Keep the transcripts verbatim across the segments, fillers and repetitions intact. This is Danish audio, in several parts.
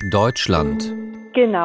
Deutschland. Genau.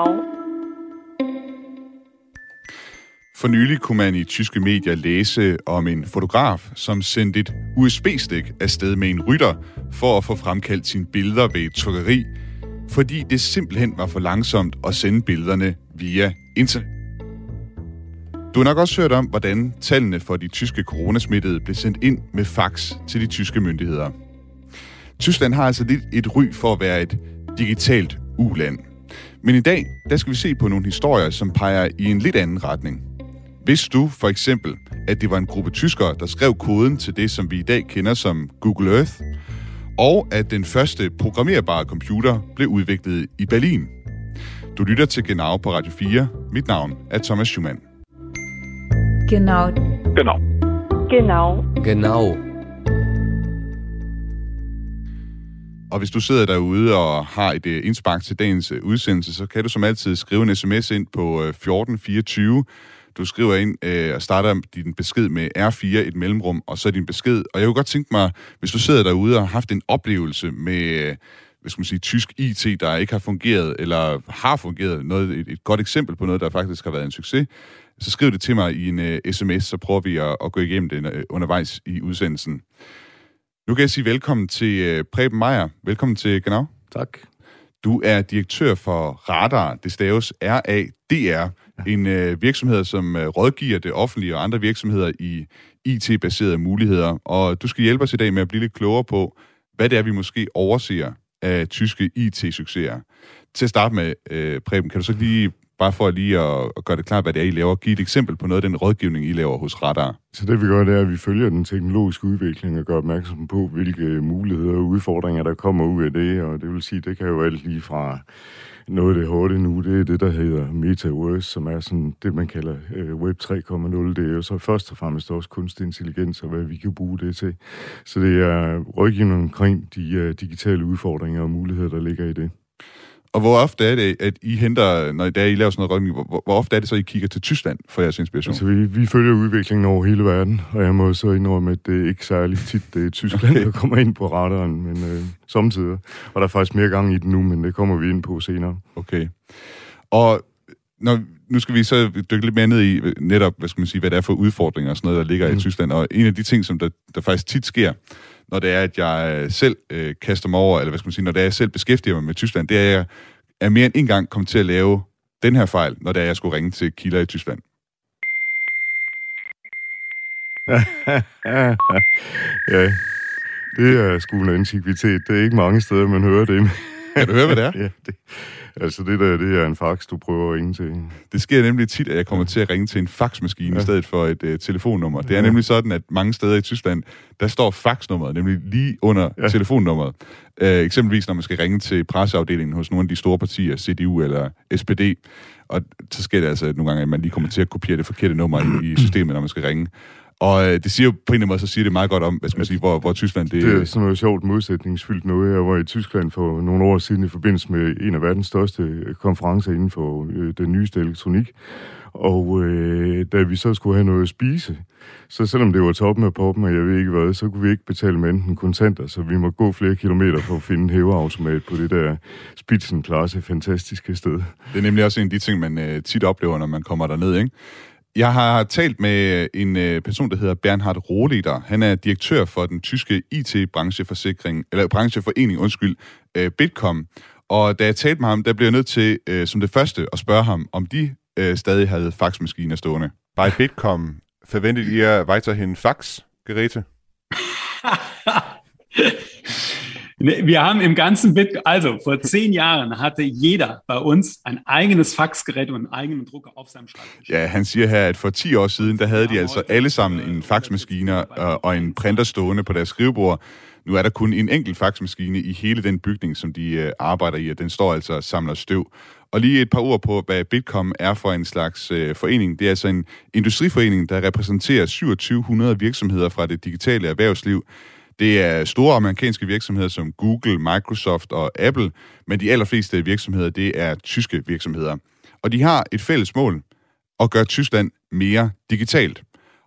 For nylig kunne man i tyske medier læse om en fotograf, som sendte et U S B-stik afsted med en rytter for at få fremkaldt sine billeder ved et trykkeri, fordi det simpelthen var for langsomt at sende billederne via internet. Du har nok også hørt om, hvordan tallene for de tyske coronasmittede blev sendt ind med fax til de tyske myndigheder. Tyskland har altså lidt et ry for at være et digitalt uland. Men i dag, der skal vi se på nogle historier, som peger i en lidt anden retning. Vidste du for eksempel, at det var en gruppe tyskere, der skrev koden til det, som vi i dag kender som Google Earth, og at den første programmerbare computer blev udviklet i Berlin? Du lytter til Genau på Radio fire. Mit navn er Thomas Schumann. Genau. Genau. Genau. Genau. Og hvis du sidder derude og har et uh, indspark til dagens uh, udsendelse, så kan du som altid skrive en sms ind på uh, fjorten fireogtyve. Du skriver ind uh, og starter din besked med R fire, et mellemrum, og så din besked. Og jeg kunne godt tænke mig, hvis du sidder derude og har haft en oplevelse med uh, hvad skal man sige, tysk I T, der ikke har fungeret, eller har fungeret, noget, et, et godt eksempel på noget, der faktisk har været en succes, så skriv det til mig i en uh, sms, så prøver vi at, at gå igennem det uh, undervejs i udsendelsen. Nu kan jeg sige velkommen til Preben Meyer. Velkommen til Genau. Tak. Du er direktør for Radar, det staves R A D R, en øh, virksomhed, som øh, rådgiver det offentlige og andre virksomheder i I T-baserede muligheder. Og du skal hjælpe os i dag med at blive lidt klogere på, hvad det er, vi måske overser af tyske I T-succeser. Til at starte med, øh, Preben, kan du så lige, bare for lige at, at gøre det klart, hvad det er, I laver, give et eksempel på noget af den rådgivning, I laver hos Radar? Så det vi gør, det er, at vi følger den teknologiske udvikling og gør opmærksom på, hvilke muligheder og udfordringer, der kommer ud af det. Og det vil sige, det kan jo alt lige fra noget af det hårde nu, det er det, der hedder Metaverse, som er sådan det, man kalder øh, Web tre punkt nul. Det er jo så først og fremmest også kunstig intelligens, og hvad vi kan bruge det til. Så det er rådgivning omkring de uh, digitale udfordringer og muligheder, der ligger i det. Og hvor ofte er det, at I henter, når I laver sådan noget rådgivning, hvor, hvor ofte er det så, I kigger til Tyskland for jeres inspiration? Altså, vi, vi følger udviklingen over hele verden, og jeg må så indrømme, at det er ikke særlig tit, det er Tyskland, okay, der kommer ind på radaren, men øh, samtidig. Og der er faktisk mere gang i den nu, men det kommer vi ind på senere. Okay. Og når, nu skal vi så dykke lidt mere ned i netop, hvad skal man sige, hvad det er for udfordringer og sådan noget, der ligger mm. i Tyskland. Og en af de ting, som der, der faktisk tit sker, når det er, at jeg selv øh, kaster mig over, eller hvad skal man sige, når det er, at jeg selv beskæftiger mig med Tyskland, det er, at jeg er mere end en gang kommet til at lave den her fejl, når det er, at jeg skulle ringe til kilder i Tyskland. Ja, det er sgu en antikvitet. Det er ikke mange steder, man hører det. Kan du høre, hvad det er? Ja, det, altså det der, det er en fax, du prøver at ringe til. Det sker nemlig tit, at jeg kommer til at ringe til en faxmaskine ja. i stedet for et uh, telefonnummer. Det er ja. nemlig sådan, at mange steder i Tyskland, der står faxnummeret nemlig lige under ja. telefonnummeret. Uh, eksempelvis når man skal ringe til presseafdelingen hos nogle af de store partier, C D U eller S P D. Og så sker det altså nogle gange, at man lige kommer til at kopiere det forkerte nummer i, i systemet, når man skal ringe. Og øh, det siger jo på en eller anden måde, så siger det meget godt om, hvad skal man sige, hvor, hvor Tyskland det... Det er sådan noget sjovt modsætningsfyldt noget. Jeg var i Tyskland for nogle år siden i forbindelse med en af verdens største konferencer inden for øh, den nyeste elektronik. Og øh, da vi så skulle have noget at spise, så selvom det var toppen af poppen, og jeg ved ikke hvad, så kunne vi ikke betale med enten kontanter, så vi må gå flere kilometer for at finde en hæveautomat på det der Spitzenklasse fantastiske sted. Det er nemlig også en af de ting, man øh, tit oplever, når man kommer derned, ikke? Jeg har talt med en person, der hedder Bernhard Rohleder. Han er direktør for den tyske I T-brancheforsikring, eller brancheforening, undskyld, Bitkom. Og da jeg talte med ham, der blev jeg nødt til, som det første, at spørge ham, om de stadig havde faxmaskiner stående. Bei Bitkom, verwendet ihr weiterhin Faxgeräte? Wir haben im ganzen Bit, also vor zehn Jahren hatte jeder bei uns ein eigenes Faxgerät und einen eigenen Drucker auf seinem Schreibtisch. Ja, han siger her, at for ti år siden, der havde de altså alle sammen en faxmaskine og en printer stående på deres skrivebord. Nu er der kun en enkelt faxmaskine i hele den bygning, som de arbejder i, og den står altså og samler støv. Og lige et par ord på, hvad Bitkom er for en slags øh, forening. Det er altså en industriforening, der repræsenterer syvogtyve hundrede virksomheder fra det digitale erhvervsliv. Det er store amerikanske virksomheder som Google, Microsoft og Apple, men de allerfleste virksomheder, det er tyske virksomheder. Og de har et fælles mål, at gøre Tyskland mere digitalt.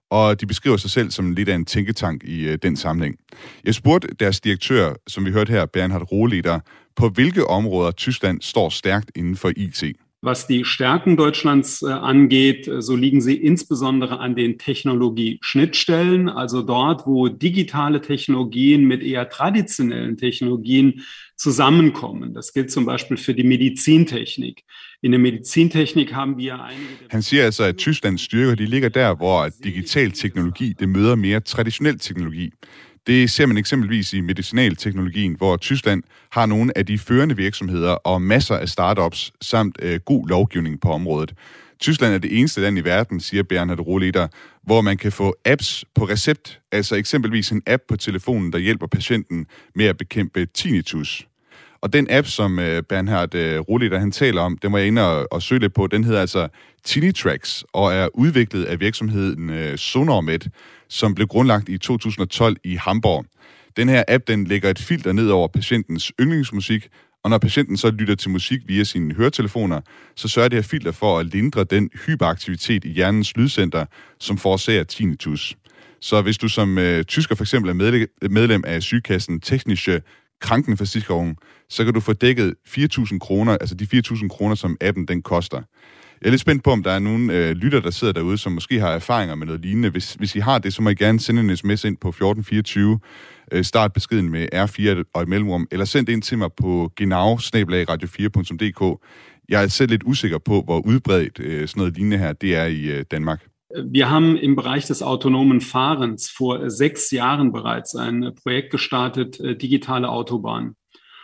og de beskriver sig selv som lidt af en tænketank i øh, den sammenhæng. Jeg spurgte deres direktør, som vi hørte her, Bernhard Rohleder, på hvilke områder Tyskland står stærkt inden for I T. Was die Stärken Deutschlands äh, angeht, so liegen sie insbesondere an den Technologie-Schnittstellen, also dort, wo digitale Technologien mit eher traditionellen Technologien zusammenkommen. Das gilt zum Beispiel für die Medizintechnik. In der Medizintechnik haben wir einige... Han siger altså, at Tysklands styrker de ligger der, hvor digital teknologi det møder mere traditionel teknologi. Det ser man eksempelvis i medicinalteknologien, hvor Tyskland har nogle af de førende virksomheder og masser af startups samt øh, god lovgivning på området. Tyskland er det eneste land i verden, siger Bernhard Rohleder, hvor man kan få apps på recept, altså eksempelvis en app på telefonen, der hjælper patienten med at bekæmpe tinnitus. Og den app, som øh, Bernhard øh, Rohleder han taler om, den var jeg inde og, og søge lidt på, den hedder altså Tinnitrax og er udviklet af virksomheden øh, SonarMed, som blev grundlagt i to tusind og tolv i Hamburg. Den her app, den lægger et filter ned over patientens yndlingsmusik, og når patienten så lytter til musik via sine høretelefoner, så sørger det her filter for at lindre den hyperaktivitet i hjernens lydcenter, som forårsager tinnitus. Så hvis du som øh, tysker for eksempel er medlem af sygekassen Technische Krankenversicherung, så kan du få dækket fire tusind kroner, altså de fire tusind kroner, som appen den koster. Jeg er lidt spændt på, om der er nogle øh, lytter, der sidder derude, som måske har erfaringer med noget lignende. Hvis, hvis I har det, så må I gerne sende en sms ind på fjorten fireogtyve. Øh, start beskeden med R fire og et mellemrum, eller send det ind til mig på genau bindestreg radio fire punktum d k. Jeg er selv lidt usikker på, hvor udbredt øh, sådan noget lignende her, det er i øh, Danmark. Wir haben im Bereich des autonomen Fahrens vor sechs Jahren bereits ein Projekt gestartet, digitale Autobahn.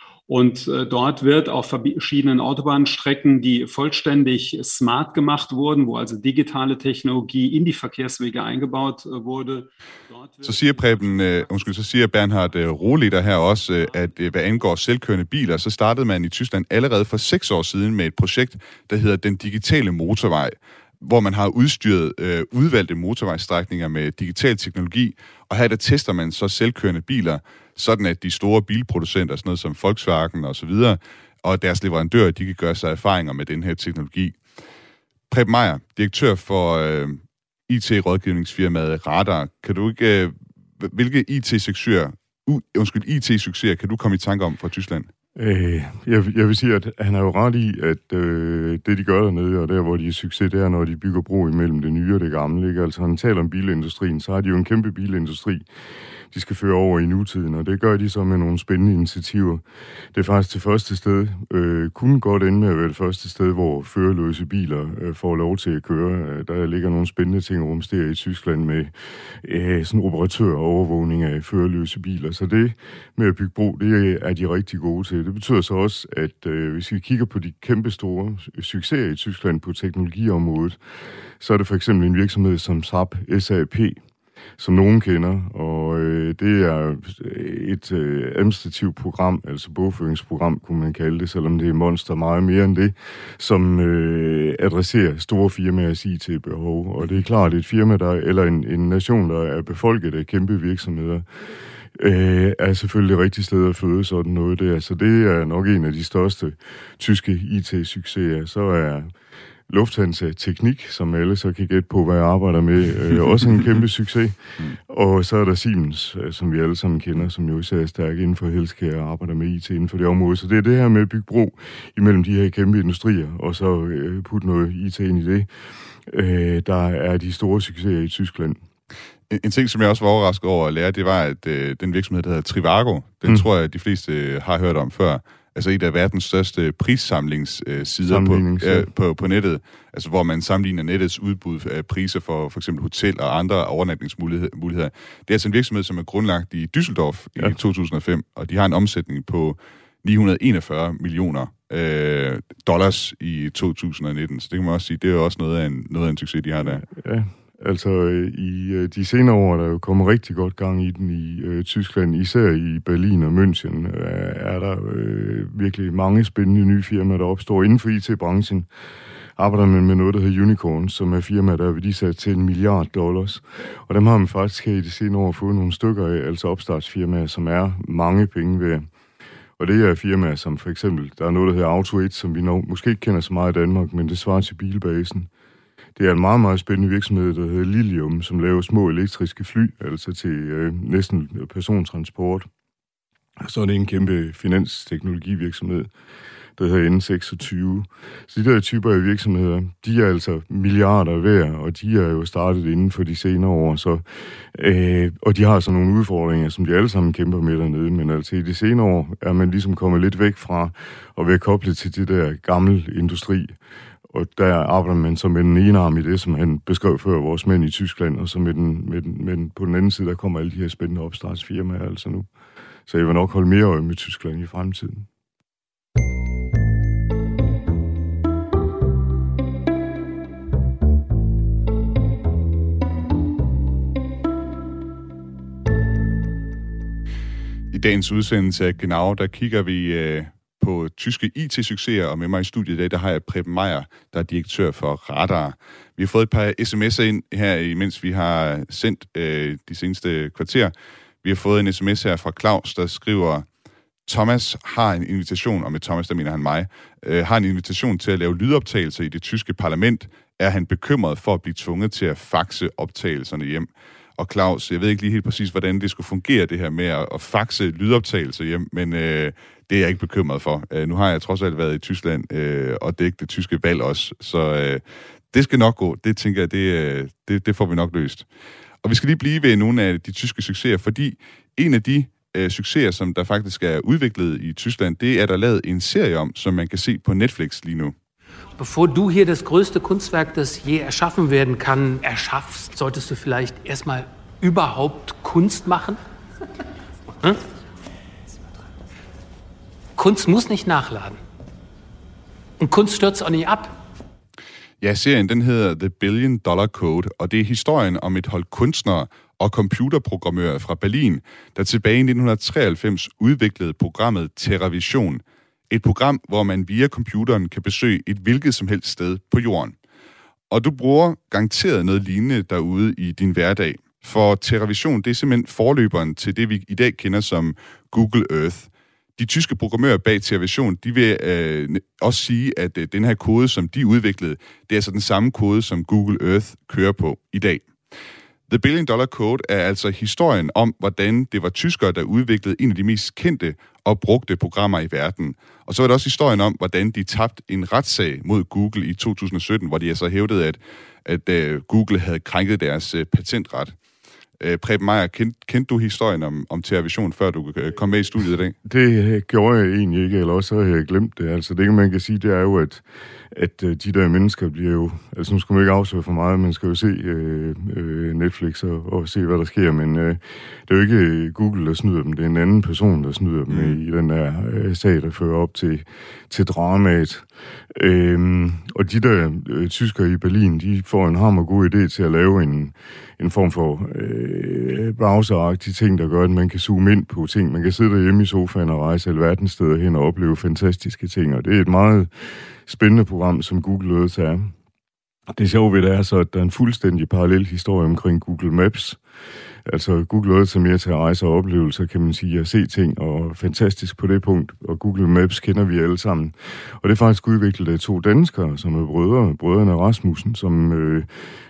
Und äh, dort wird auf verschiedenen Autobahnstrecken, die vollständig smart gemacht wurden, wo altså digitale Technologie in die Verkehrswege eingebaut äh, wurde. Så siger Preben, øh, undskyld, så siger Bernhard øh, Rohleder her også, øh, at øh, hvad angår selvkørende biler, så startede man i Tyskland allerede for seks år siden med et projekt, der hedder Den Digitale Motorvej, hvor man har udstyret øh, udvalgte motorvejsstrækninger med digital teknologi, og her der tester man så selvkørende biler, sådan at de store bilproducenter, sådan noget som Volkswagen og så videre, og deres leverandører, de kan gøre sig erfaringer med den her teknologi. Preben Meyer, direktør for øh, I T-rådgivningsfirmaet Radar, kan du ikke, øh, hvilke I T-succeser, uh, undskyld, I T-succeser kan du komme i tanke om fra Tyskland? Øh, jeg, jeg vil sige, at han er jo ret i, at øh, det, de gør dernede, og der, hvor de er succes, det er, når de bygger bro imellem det nye og det gamle. Ikke? Altså, han taler om bilindustrien, så har de jo en kæmpe bilindustri, de skal føre over i nutiden, og det gør de så med nogle spændende initiativer. Det er faktisk det første sted, øh, kunne godt ende med at være det første sted, hvor førerløse biler øh, får lov til at køre. Der ligger nogle spændende ting og rumsterer i Tyskland med øh, sådan operatør og overvågning af førerløse biler. Så det med at bygge bro, det er de rigtig gode til. Det betyder så også, at øh, hvis vi kigger på de kæmpe store succeser i Tyskland på teknologiområdet, så er det for eksempel en virksomhed som S A P, S A P, som nogen kender, og øh, det er et øh, administrativt program, altså bogføringsprogram, kunne man kalde det, selvom det er monster meget mere end det, som øh, adresserer store firmaers I T-behov. Og det er klart, et firma, der, eller en, en nation, der er befolket af kæmpe virksomheder, øh, er selvfølgelig det rigtige sted at føde sådan noget der. Så det er nok en af de største tyske I T-succeser. Så er Lufthansa Teknik, som alle så kan gætte på, hvad jeg arbejder med, øh, også en kæmpe succes. Mm. Og så er der Siemens, som vi alle sammen kender, som jo især er stærk inden for healthcare og arbejder med I T inden for det område. Så det er det her med at bygge bro imellem de her kæmpe industrier, og så øh, putte noget I T ind i det. Øh, der er de store succeser i Tyskland. En, en ting, som jeg også var overrasket over at lære, det var, at øh, den virksomhed, der hedder Trivago, den mm. tror jeg, at de fleste øh, har hørt om før. Altså et af verdens største prissamlingssider på, øh, på, på nettet, altså hvor man sammenligner nettets udbud af priser for for eksempel hotel og andre overnatningsmuligheder. Det er altså en virksomhed, som er grundlagt i Düsseldorf ja. i to tusind og fem, og de har en omsætning på ni hundrede og enogfyrre millioner øh, dollars i to tusind og nitten. Så det kan man også sige, det er også noget af en, noget af en succes, de har der. Ja. Altså, i de senere år er der jo kommet rigtig godt gang i den i øh, Tyskland, især i Berlin og München, øh, er der øh, virkelig mange spændende nye firmaer, der opstår inden for I T-branchen. Arbejder man med noget, der hedder Unicorn, som er firmaer, der er værdisat til en milliard dollars. Og dem har man faktisk her i de senere år fået nogle stykker af, altså opstartsfirmaer, som er mange penge værd. Og det er firmaer som for eksempel, der er noget, der hedder Auto et, som vi nok, måske ikke kender så meget i Danmark, men det svarer til Bilbasen. Det er en meget, meget spændende virksomhed, der hedder Lilium, som laver små elektriske fly, altså til øh, næsten persontransport. Og så er det en kæmpe finansteknologivirksomhed, der hedder N seksogtyve. Så de der typer af virksomheder, de er altså milliarder værd, og de er jo startet inden for de senere år. Så, øh, og de har så nogle udfordringer, som de alle sammen kæmper med dernede. Men altså i de senere år er man ligesom kommet lidt væk fra at være koblet til det der gamle industri. Og der arbejder man så med den ene arm i det, som han beskrev før vores mænd i Tyskland, og så med den, med den, med den, på den anden side, der kommer alle de her spændende opstartsfirmaer altså nu. Så jeg vil nok holde mere øje med Tyskland i fremtiden. I dagens udsendelse af Genau, der kigger vi øh, på tyske I T-succeser, og med mig i studiet i dag, der har jeg Preben Meyer, der er direktør for Radar. Vi har fået et par sms'er ind her, imens vi har sendt øh, de seneste kvarter. Vi har fået en sms her fra Claus, der skriver, Thomas har en invitation, og med Thomas, der mener han mig, øh, har en invitation til at lave lydoptagelser i det tyske parlament. Er han bekymret for at blive tvunget til at faxe optagelserne hjem? Og Claus, jeg ved ikke lige helt præcis, hvordan det skulle fungere, det her med at, at faxe lydoptagelser hjem, men øh, det er jeg ikke bekymret for. Øh, nu har jeg trods alt været i Tyskland, øh, og det er ikke det tyske valg også, så øh, det skal nok gå. Det tænker jeg, det, det, det får vi nok løst. Og vi skal lige blive ved nogle af de tyske succeser, fordi en af de øh, succeser, som der faktisk er udviklet i Tyskland, det er der lavet en serie om, som man kan se på Netflix lige nu. Bevor du hier das größte Kunstwerk, das je erschaffen werden kann, erschaffst, solltest du vielleicht erstmal überhaupt Kunst machen? Hm? Kunst muss nicht nachladen. Und Kunst stürzt auch nicht ab. Ja, serien den hedder The Billion Dollar Code, og det er historien om et hold kunstnere og computerprogrammører fra Berlin, der tilbage i nitten treoghalvfems udviklede programmet TerraVision. Et program, hvor man via computeren kan besøge et hvilket som helst sted på jorden. Og du bruger garanteret noget lignende derude i din hverdag. For TerraVision, det er simpelthen forløberen til det, vi i dag kender som Google Earth. De tyske programmører bag TerraVision, de vil øh, også sige, at øh, den her kode, som de udviklede, det er altså den samme kode, som Google Earth kører på i dag. The Billion Dollar Code er altså historien om, hvordan det var tyskere, der udviklede en af de mest kendte og brugte programmer i verden. Og så er det også historien om, hvordan de tabte en retssag mod Google i to tusind og sytten, hvor de altså hævdede, at, at uh, Google havde krænket deres uh, patentret. Uh, Preben Meyer, kendte kend du historien om, om TerraVision, før du uh, kom med i studiet i dag? Det uh, gjorde jeg egentlig ikke, eller også har jeg glemt det. Altså det, man kan sige, det er jo, at, at uh, de der mennesker bliver jo... Altså nu skal man ikke afsløre for meget, man skal jo se uh, uh, Netflix og, og se, hvad der sker, men uh, det er jo ikke Google, der snyder dem. Det er en anden person, der snyder dem mm. i, i den der uh, sag, der fører op til, til dramaet. Øhm, og de der øh, tyskere i Berlin, de får en hammergod idé til at lave en, en form for øh, browseragtige ting, der gør, at man kan zoome ind på ting. Man kan sidde derhjemme i sofaen og rejse alverdens steder hen og opleve fantastiske ting, og det er et meget spændende program, som Google Earth er. Det sjove ved det er så, at der er en fuldstændig parallel historie omkring Google Maps. Altså Google Earth er mere til at rejse og oplevelser, kan man sige, at se ting, og fantastisk på det punkt. Og Google Maps kender vi alle sammen. Og det er faktisk udviklet af to danskere, som er brødre, brødrene Rasmussen, som øh,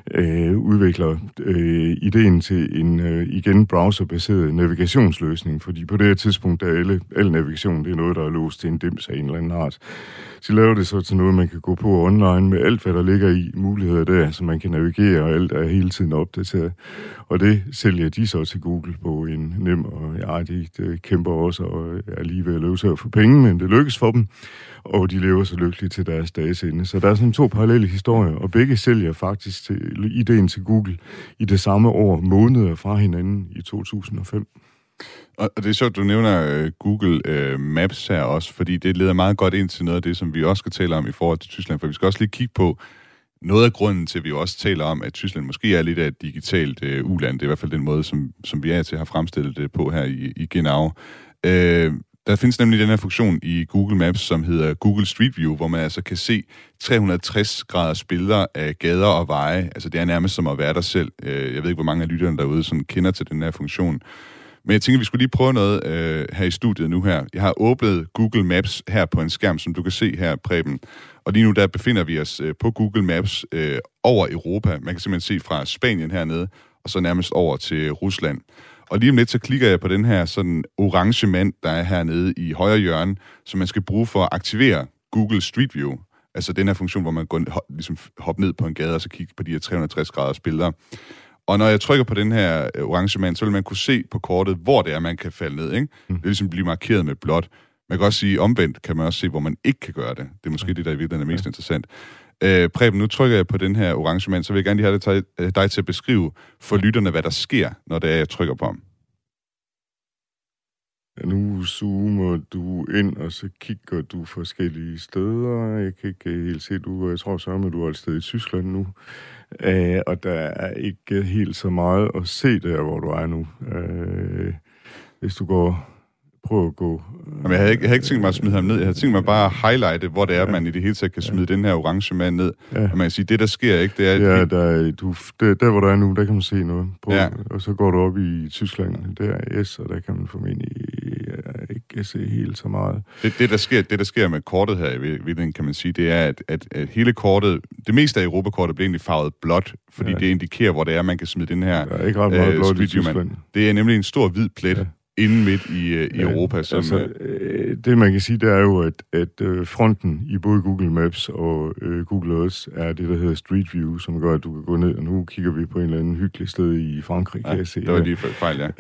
øh, udvikler øh, ideen til en øh, igen browserbaseret navigationsløsning. Fordi på det her tidspunkt, der er alle, al navigation, det er noget, der er låst til en dims af en eller anden art. Så laver det så til noget, man kan gå på online med alt, hvad der ligger i muligheder der, så man kan navigere, og alt er hele tiden opdateret. Og det sælger de så til Google på en nem, og ja, de, de kæmper også, og er lige ved at løbe sig for penge, men det lykkes for dem, og de lever så lykkeligt til deres dages ende. Så der er sådan to parallelle historier, og begge sælger faktisk til, ideen til Google i det samme år, måneder fra hinanden i to tusind og fem. Og det er sjovt, du nævner uh, Google uh, Maps her også, fordi det leder meget godt ind til noget af det, som vi også skal tale om i forhold til Tyskland, for vi skal også lige kigge på noget af grunden til, at vi også taler om, at Tyskland måske er lidt af et digitalt uh, uland. Det er i hvert fald den måde, som, som vi er til at have fremstillet det på her i, i Genau. Uh, der findes nemlig den her funktion i Google Maps, som hedder Google Street View, hvor man altså kan se tre hundrede og tres graders billeder af gader og veje. Altså det er nærmest som at være der selv. Uh, jeg ved ikke, hvor mange af lytterne derude sådan kender til den her funktion. Men jeg tænker, vi skulle lige prøve noget øh, her i studiet nu her. Jeg har åbnet Google Maps her på en skærm, som du kan se her, Preben. Og lige nu der befinder vi os øh, på Google Maps øh, over Europa. Man kan simpelthen se fra Spanien hernede, og så nærmest over til Rusland. Og lige om lidt, så klikker jeg på den her sådan orange mand, der er hernede i højre hjørne, som man skal bruge for at aktivere Google Street View. Altså den her funktion, hvor man går, ligesom hopper ned på en gade, og så kigger på de her tre hundrede og tres graders billeder. Og når jeg trykker på den her orange mand, så vil man kunne se på kortet, hvor det er, man kan falde ned. Ikke? Det vil ligesom blive markeret med blåt. Man kan også sige, omvendt kan man også se, hvor man ikke kan gøre det. Det er måske det, der i virkeligheden er mest interessant. Øh, Preben, nu trykker jeg på den her orange mand, så vil jeg gerne lige have dig, dig til at beskrive for lytterne, hvad der sker, når det er, jeg trykker på ham. Ja, nu zoomer du ind, og så kigger du forskellige steder. Jeg kan ikke helt se, du, jeg tror så, at du er et sted i Tyskland nu. Uh, og der er ikke helt så meget at se der, hvor du er nu. Uh, hvis du går... Prøv at gå... Jamen, jeg havde ikke, jeg havde ikke tænkt mig at smide ham ned. Jeg havde tænkt mig bare at highlighte, hvor det er, ja. Man i det hele taget kan smide ja. Den her orange mand ned. Ja. Og man kan sige, det der sker ikke, det er... Ja, der, du, der, der hvor du er nu, der kan man se noget. Prøv, ja. Og så går du op i Tyskland, der er S, og der kan man formentlig ja, ikke se helt så meget. Det, det, der sker, det, der sker med kortet her, ved, kan man sige, det er, at, at, at hele kortet... Det meste af Europakortet bliver egentlig farvet blåt, fordi ja. Det indikerer, hvor det er, man kan smide den her... Der er ikke ret meget øh, blåt i Tyskland. Det er nemlig en stor hvid plet. Ja. Inden midt i, i ja, Europa. Som, altså, øh, det man kan sige, det er jo, at, at øh, fronten i både Google Maps og øh, Google Earth er det, der hedder Street View, som gør, at du kan gå ned, og nu kigger vi på en eller anden hyggelig sted i Frankrig, ja, kan jeg se. Det var lige fejl, ja.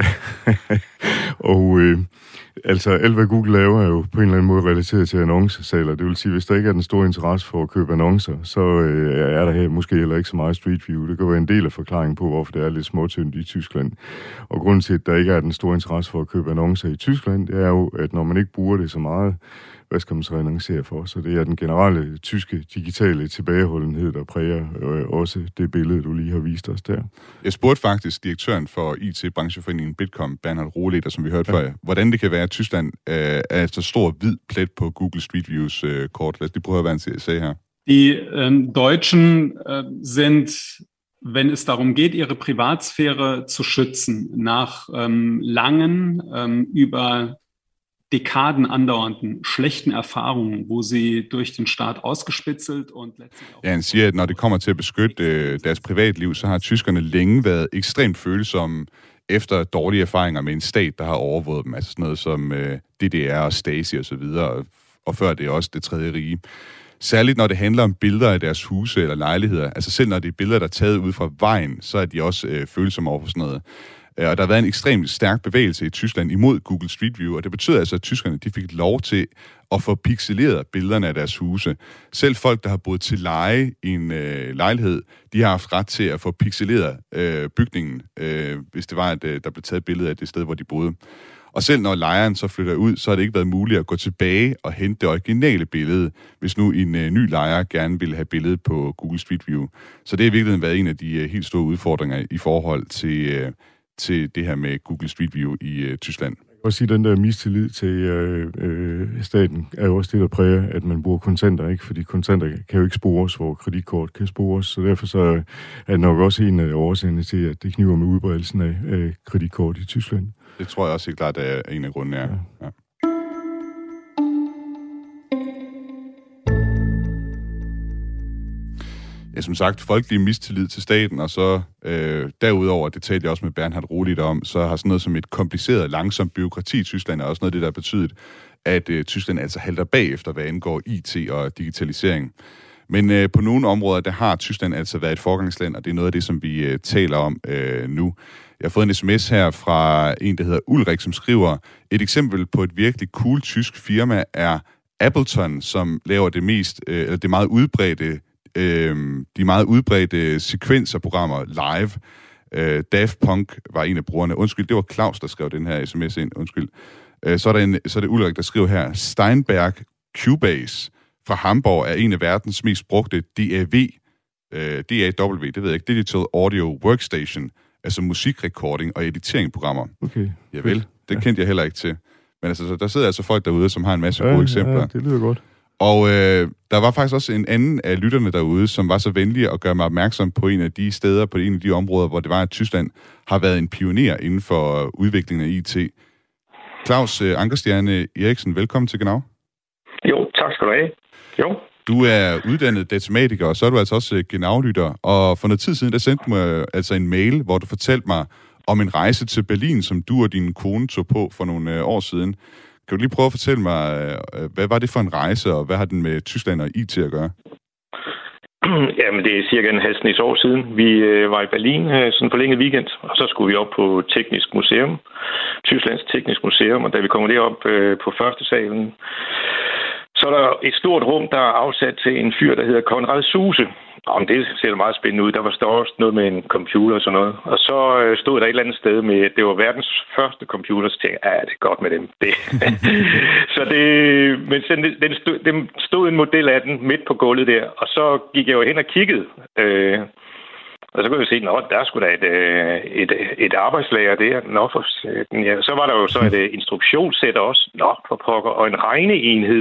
og øh, altså, alt hvad Google laver er jo på en eller anden måde relateret til annoncesaler. Det vil sige, hvis der ikke er den store interesse for at købe annoncer, så øh, er der her måske heller ikke så meget Street View. Det kan være en del af forklaringen på, hvorfor det er lidt småtyndt i Tyskland. Og grunden til, at der ikke er den store interesse for at købe annoncer i Tyskland, det er jo, at når man ikke bruger det så meget, hvad skal man så annoncere for? Så det er den generelle tyske digitale tilbageholdenhed, der præger øh, også det billede, du lige har vist os der. Jeg spurgte faktisk direktøren for I T-brancheforeningen Bitkom, Bernhard Rohleder, som vi hørte ja. Før, hvordan det kan være, at Tyskland øh, er så stor hvid plet på Google Street Views øh, kort. Lad os lige prøve at være en se her. Die ähm, Deutschen äh, sind, wenn es darum geht, ihre Privatsphäre zu schützen, nach ähm, langen, ähm, über Dekaden andauernden schlechten Erfahrungen, wo sie durch den Staat ausgespitzelt und letztlich auch... Ja, han siger, at når det kommer til at beskytte øh, deres privatliv, så har tyskerne længe været ekstremt følsomme efter dårlige erfaringer med en stat, der har overvåget dem. Altså sådan noget som øh, D D R og Stasi og så videre, og, og før det også det tredje rige. Særligt når det handler om billeder af deres huse eller lejligheder. Altså selv når det er billeder, der er taget ud fra vejen, så er de også øh, følsomme over for sådan noget. Og der har været en ekstremt stærk bevægelse i Tyskland imod Google Street View, og det betyder altså, at tyskerne de fik lov til at få pixeleret billederne af deres huse. Selv folk, der har boet til leje i en øh, lejlighed, de har haft ret til at få pixeleret øh, bygningen, øh, hvis det var, at øh, der blev taget billeder af det sted, hvor de boede. Og selv når lejeren så flytter ud, så har det ikke været muligt at gå tilbage og hente det originale billede, hvis nu en øh, ny lejer gerne ville have billedet på Google Street View. Så det har i virkeligheden været en af de øh, helt store udfordringer i forhold til... Øh, til det her med Google Street View i øh, Tyskland. Jeg vil også sige, at den der mistillid til øh, øh, staten er jo også det, der præger, at man bruger kontanter, ikke? Fordi kontanter kan jo ikke spores, hvor kreditkort kan spores, så derfor så er det nok også en af årsagerne til, at det kniver med udbredelsen af øh, kreditkort i Tyskland. Det tror jeg også helt klart er en af grundene, ja. Ja. Ja, som sagt, folkelig mistillid til staten, og så øh, derudover, det talte jeg også med Bernhard Rohleder om, så har sådan noget som et kompliceret, langsomt byråkrati i Tyskland, er også noget af det, der har betydet, at øh, Tyskland altså halter bagefter, hvad angår I T og digitalisering. Men øh, på nogle områder, der har Tyskland altså været et forgangsland, og det er noget af det, som vi øh, taler om øh, nu. Jeg har fået en sms her fra en, der hedder Ulrik, som skriver, et eksempel på et virkelig cool tysk firma er Appleton, som laver det mest, øh, eller det meget udbredte de meget udbredte sekvenserprogrammer live. Øh, Daft Punk var en af brugerne. Undskyld, det var Claus, der skrev den her sms ind. Undskyld. Øh, så, er der en, så er det Ulrik, der skriver her, Steinberg Cubase fra Hamburg er en af verdens mest brugte D A W, øh, D A W, det ved jeg ikke, Digital Audio Workstation, altså musikrecording og editeringprogrammer. Okay. Javel, det kendte jeg heller ikke til. Men altså, der sidder altså folk derude, som har en masse ja, gode eksempler. Ja, det lyder godt. Og øh, der var faktisk også en anden af lytterne derude, som var så venlig at gøre mig opmærksom på en af de steder, på en af de områder, hvor det var, at Tyskland har været en pioner inden for udviklingen af I T. Claus øh, Ankerstjerne Eriksen, velkommen til Genau. Jo, tak skal du have. Jo. Du er uddannet datamatiker, og så er du altså også Genau-lytter. Og for noget tid siden, der sendte du mig altså en mail, hvor du fortalte mig om en rejse til Berlin, som du og din kone tog på for nogle øh, år siden. Kan du lige prøve at fortælle mig, øh, hvad var det for en rejse, og hvad har den med Tyskland og I T at gøre? Jamen, det er cirka en halv snes år siden. Vi øh, var i Berlin øh, sådan en forlænget weekend, og så skulle vi op på Teknisk Museum, Tysklands Teknisk Museum, og da vi kommer derop øh, på første salen, så er der et stort rum, der er afsat til en fyr, der hedder Konrad Zuse. Om det ser meget spændende ud. Der var også noget med en computer og sådan noget. Og så stod der et eller andet sted med, at det var verdens første computer. Så tænkte jeg, ja, det er godt med dem. Det. så det, men den stod, den stod en model af den midt på gulvet der. Og så gik jeg jo hen og kiggede. Øh, og så kunne jeg se, at der skulle da et, et, et arbejdslager der. Nå, for, ja. Så var der jo så et instruktionssæt også. Nå, for pokker. Og en regneenhed.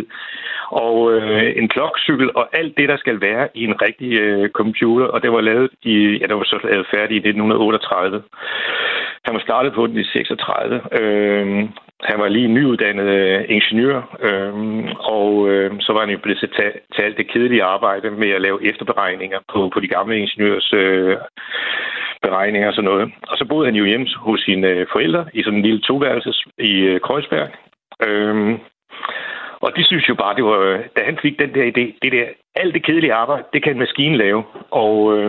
Og øh, en klokcykel og alt det, der skal være i en rigtig øh, computer. Og det var lavet i, ja, det var så lavet færdigt i nitten otteogtredive. Han var startet på den i seksogtredive. Øh, han var lige nyuddannet øh, ingeniør. Øh, og øh, så var han jo blevet til, til alt det kedelige arbejde med at lave efterberegninger på, på de gamle ingeniørs øh, beregninger og sådan noget. Og så boede han jo hjemme hos sine øh, forældre i sådan en lille toværelses i øh, Kreuzberg. Øh, Og de synes jo bare, det var, da han fik den der idé, det der, alt det kedelige arbejde, det kan en maskine lave. Og, øh,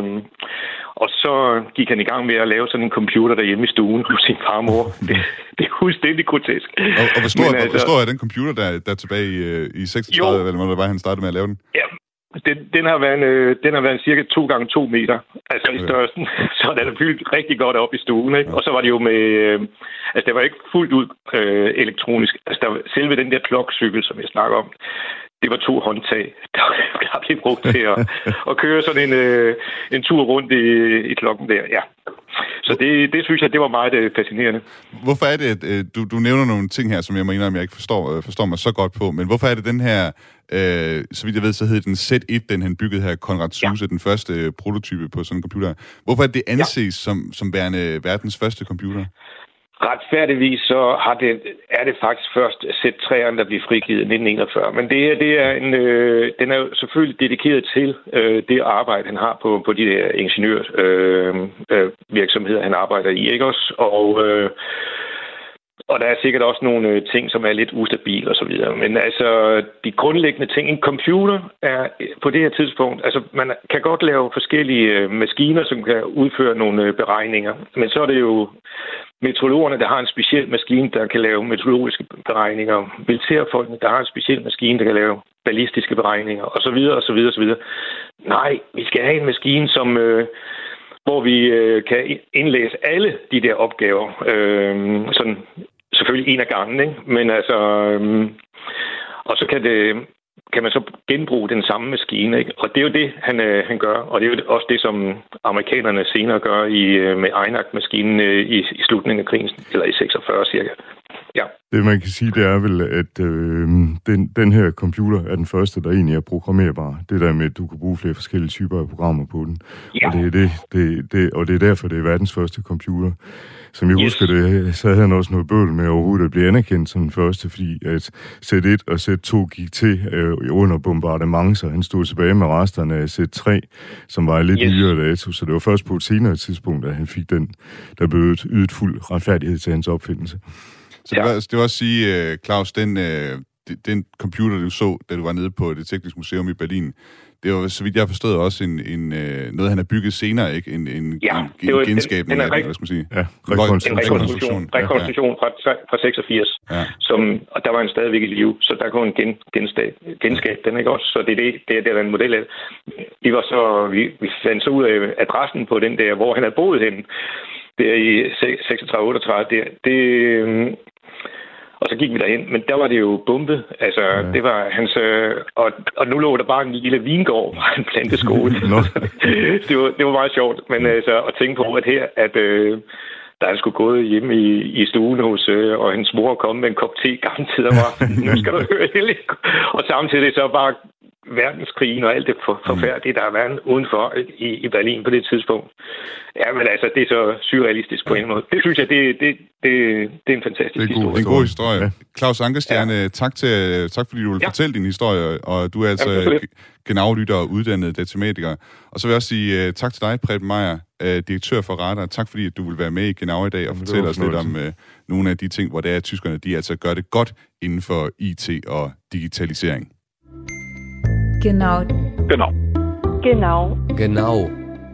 og så gik han i gang med at lave sådan en computer derhjemme i stuen hos sin farmor. Det, det er fuldstændig grotesk. Og, og hvor stor, altså, hvor stor er den computer, der, der er tilbage i, i seksogtredive, jo, eller hvor det var, han startede med at lave den? Ja, den, den, har været, øh, den har været cirka to gange to meter, altså i størrelsen. Så den er fyldt rigtig godt op i stuen, ikke? Ja. Og så var det jo med, øh, altså det var ikke fuldt ud øh, elektronisk. Altså der, selve den der klokcykel, som jeg snakker om, det var to håndtag, der, der blev brugt til at, at køre sådan en, øh, en tur rundt i, i klokken der, ja. Så det, det synes jeg, det var meget øh, fascinerende. Hvorfor er det, at øh, du, du nævner nogle ting her, som jeg må indrømme, jeg ikke forstår, øh, forstår mig så godt på, men hvorfor er det den her, øh, så vidt jeg ved, så hed den Z et, den han byggede her, Konrad Zuse, ja. Den første øh, prototype på sådan en computer. Hvorfor er det anses ja. som, som værende verdens første computer? Retfærdigvis så har det, er det faktisk først Z tre'eren, der blev frigivet i nitten enogfyrre. Men det, det er en, øh, den er jo selvfølgelig dedikeret til øh, det arbejde, han har på, på de der ingeniørvirksomheder, øh, øh, han arbejder i, ikke også? Og, øh, og der er sikkert også nogle øh, ting, som er lidt ustabile og så videre. Men altså, de grundlæggende ting, en computer er på det her tidspunkt, altså man kan godt lave forskellige øh, maskiner, som kan udføre nogle øh, beregninger. Men så er det jo meteorologerne, der har en speciel maskine, der kan lave meteorologiske beregninger. Militærfolkene, der har en speciel maskine, der kan lave ballistiske beregninger, og så videre, og så videre, og så videre. Nej, vi skal have en maskine, som, øh, hvor vi øh, kan indlæse alle de der opgaver. Øh, sådan, selvfølgelig en af gangen, ikke? Men altså, øh, og så kan det... kan man så genbruge den samme maskine, ikke? Og det er jo det, han, øh, han gør. Og det er jo også det, som amerikanerne senere gør i, øh, med ENIAC-maskinen øh, i, i slutningen af krigen, eller i seksogfyrre cirka. Ja. Det, man kan sige, det er vel, at øh, den, den her computer er den første, der egentlig er programmerbar. Det der med, at du kan bruge flere forskellige typer af programmer på den. Ja. Og, det er det, det, det, og det er derfor, det er verdens første computer. Som jeg yes. husker det, så havde han også noget bøvl med overhovedet at blive anerkendt som den første, fordi at Z et og Z to gik til øh, under bombardement, så han stod tilbage med resterne af Z tre, som var lidt yes. nyere dato. Så det var først på et senere tidspunkt, at han fik den, der blev ydet fuld retfærdighed til hans opfindelse. Så det, var, det vil også sige, Claus, den, den computer, du så, da du var nede på det tekniske museum i Berlin, det var, så vidt jeg forstod, også en, en, noget, han har bygget senere, ikke? En, en, ja, en, en genskabning af det, hvad skal man sige? Ja, rekonstruktion. En rekonstruktion, rekonstruktion fra, fra seksogfirs, ja. Som, og der var han stadigvæk i live, så der kunne en gen, genskab, genskab den, ikke også? Så det er det, det, det er en model af. Vi, var så, vi, vi fandt så ud af adressen på den der, hvor han havde boet henne, der i seksogtredive otteogtredive, der, det... Og så gik vi derhen, men der var det jo bumpet. Altså, ja. Det var hans... Øh, og, og nu lå der bare en lille vingård fra en planteskole. det, var, det var meget sjovt, men altså, at tænke på, at her, at, øh, der er sgu gået hjemme i, i stuen hos, øh, og hendes mor kom med en kop te gammel tid om aftenen. Nu skal du høre det lidt. Og samtidig så bare verdenskrigen og alt det for, forfærdelige, der har været udenfor i, i Berlin på det tidspunkt. Ja, men altså, det er så surrealistisk på en måde. Det synes jeg, det, det, det, det er en fantastisk det er historie. Det er en god historie. Ja. Claus Ankerstjerne, ja. tak, til, tak fordi du vil ja. fortælle din historie, og du er altså Genau-lytter og uddannet datamatiker. Og så vil jeg også sige uh, tak til dig, Preben Meyer, uh, direktør for Radar. Tak fordi du vil være med i Genau i dag og fortælle os lidt om uh, nogle af de ting, hvor det er, at tyskerne de altså gør det godt inden for I T og digitalisering. Genau. Genau. Genau. Genau.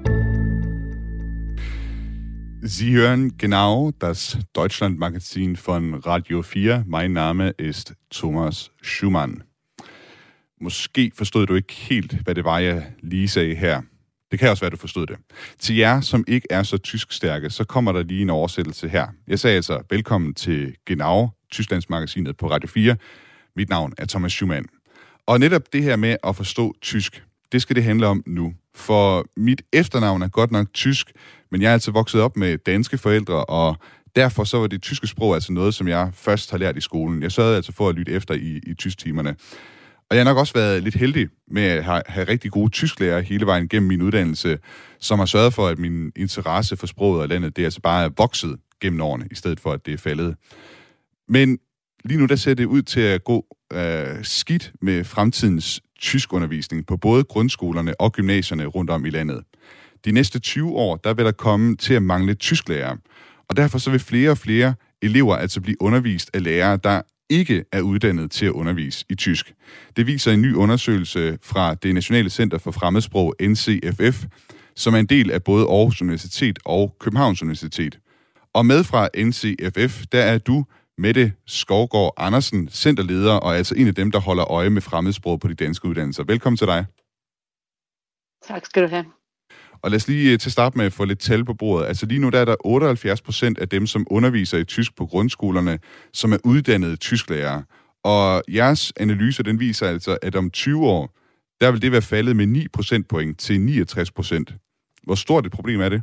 Sie hören Genau, das Deutschlandmagazin von Radio vier. Mein Name ist Thomas Schumann. Måske forstod du ikke helt, hvad det var, jeg lige sagde her. Det kan også være, du forstod det. Til jer, som ikke er så tyskstærke, så kommer der lige en oversættelse her. Jeg sagde altså, velkommen til Genau, Tysklandsmagasinet på Radio fire. Mit navn er Thomas Schumann. Og netop det her med at forstå tysk, det skal det handle om nu. For mit efternavn er godt nok tysk, men jeg er altså vokset op med danske forældre, og derfor så var det tyske sprog altså noget, som jeg først har lært i skolen. Jeg sørgede altså for at lytte efter i, i tysktimerne. Og jeg har nok også været lidt heldig med at have, have rigtig gode tysklærere hele vejen gennem min uddannelse, som har sørget for, at min interesse for sproget og landet, det altså bare er vokset gennem årene, i stedet for, at det er faldet. Men lige nu, der ser det ud til at gå øh, skidt med fremtidens tyskundervisning på både grundskolerne og gymnasierne rundt om i landet. De næste tyve år, der vil der komme til at mangle tysklærere. Og derfor så vil flere og flere elever altså blive undervist af lærere, der ikke er uddannet til at undervise i tysk. Det viser en ny undersøgelse fra det Nationale Center for Fremmedsprog, N C F F, som er en del af både Aarhus Universitet og Københavns Universitet. Og med fra N C F F, der er du, Mette Skovgaard Andersen, centerleder, og altså en af dem, der holder øje med fremmedsprog på de danske uddannelser. Velkommen til dig. Tak skal du have. Og lad os lige til at starte med at få lidt tal på bordet. Altså lige nu der er der otteoghalvfjerds procent af dem, som underviser i tysk på grundskolerne, som er uddannede tysklærere. Og jeres analyse, den viser altså, at om tyve år, der vil det være faldet med ni procentpoint til niogtres procent. Hvor stort et problem er det?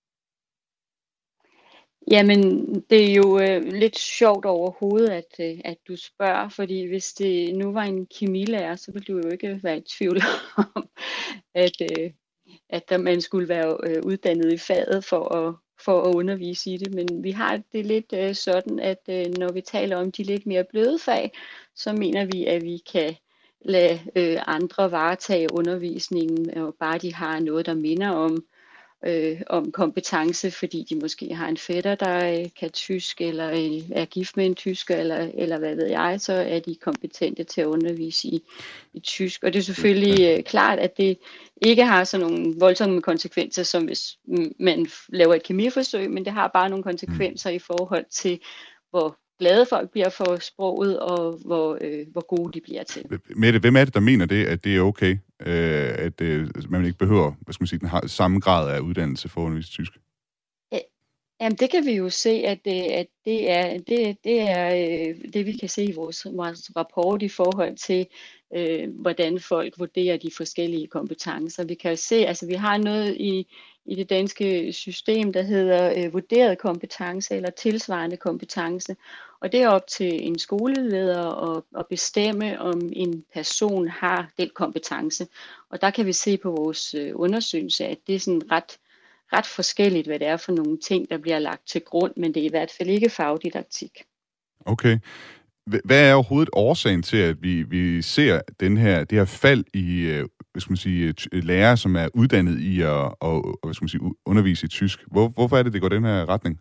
Jamen, det er jo øh, lidt sjovt overhovedet, at, øh, at du spørger, fordi hvis det nu var en kemilærer, så ville du jo ikke være i tvivl om, at, øh, at man skulle være øh, uddannet i faget for at, for at undervise i det. Men vi har det lidt øh, sådan, at øh, når vi taler om de lidt mere bløde fag, så mener vi, at vi kan lade øh, andre varetage undervisningen, og bare de har noget, der minder om, Øh, om kompetence, fordi de måske har en fætter, der øh, kan tysk, eller øh, er gift med en tysker, eller, eller hvad ved jeg, så er de kompetente til at undervise i, i tysk. Og det er selvfølgelig øh, klart, at det ikke har sådan nogle voldsomme konsekvenser, som hvis man laver et kemiforsøg, men det har bare nogle konsekvenser i forhold til, hvor glade folk bliver for sproget, og hvor, øh, hvor gode de bliver til. Mette, hvem er det, der mener det, at det er okay, øh, at øh, man ikke behøver, hvad skal man sige, den har samme grad af uddannelse for at undervise tysk? Ja, jamen, det kan vi jo se, at det, at det er, det, det, er øh, det, vi kan se i vores, vores rapport i forhold til, øh, hvordan folk vurderer de forskellige kompetencer. Vi kan jo se, altså vi har noget i i det danske system, der hedder øh, vurderet kompetence eller tilsvarende kompetence. Og det er op til en skoleleder at, at bestemme, om en person har den kompetence. Og der kan vi se på vores øh, undersøgelse, at det er sådan ret, ret forskelligt, hvad det er for nogle ting, der bliver lagt til grund, men det er i hvert fald ikke fagdidaktik. Okay. Hvad er overhovedet årsagen til, at vi, vi ser den her, det her fald i hvad skal man sige, lærere, som er uddannet i at, og, hvad skal man sige, undervise i tysk? Hvor, hvorfor er det, det går den her retning?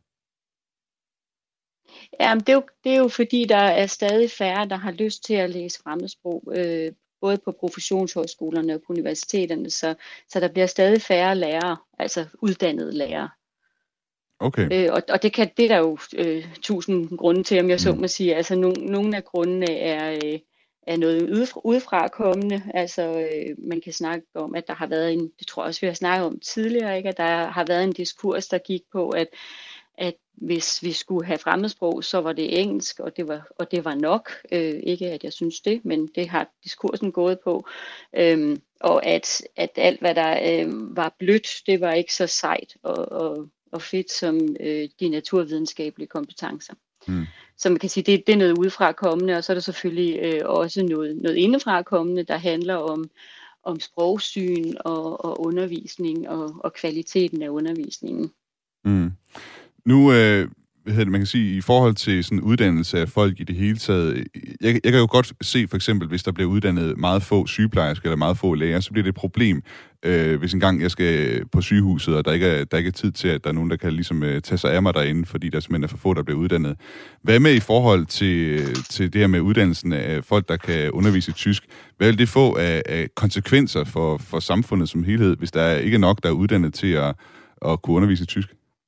Jamen, det, er jo, det er jo fordi, der er stadig færre, der har lyst til at læse fremmedsprog, øh, både på professionshøjskolerne og på universiteterne, så, så der bliver stadig færre lærere, altså uddannede lærere. Okay. Øh, og, og det kan det er der jo øh, tusind grunde til, om jeg så må sige. Altså no, nogle af grundene er, øh, er noget udefra, udefra kommende. Altså øh, man kan snakke om, at der har været en, det tror jeg også vi har snakket om tidligere, ikke? At der har været en diskurs, der gik på, at, at hvis vi skulle have fremmedsprog, så var det engelsk, og det var, og det var nok. Øh, ikke at jeg synes det, men det har diskursen gået på. Øh, og at, at alt hvad der øh, var blødt, det var ikke så sejt og, og og fedt som øh, de naturvidenskabelige kompetencer. Mm. Så man kan sige, det, det er noget udefra kommende, og så er der selvfølgelig øh, også noget, noget indefra kommende, der handler om, om sprogsyn og, og undervisning og, og kvaliteten af undervisningen. Mm. Nu, øh, hvad hedder det, man kan sige, i forhold til sådan uddannelse af folk i det hele taget, jeg, jeg kan jo godt se for eksempel, hvis der bliver uddannet meget få sygeplejersker eller meget få læger, så bliver det et problem, øh, hvis engang jeg skal på sygehuset, og der ikke er, der ikke er tid til, at der er nogen, der kan ligesom øh, tage sig af mig derinde, fordi der simpelthen er for få, der bliver uddannet. Hvad med i forhold til, til det her med uddannelsen af folk, der kan undervise i tysk? Hvad vil det få af, af konsekvenser for, for samfundet som helhed, hvis der ikke er nok, der er uddannet til at, at kunne undervise i tysk?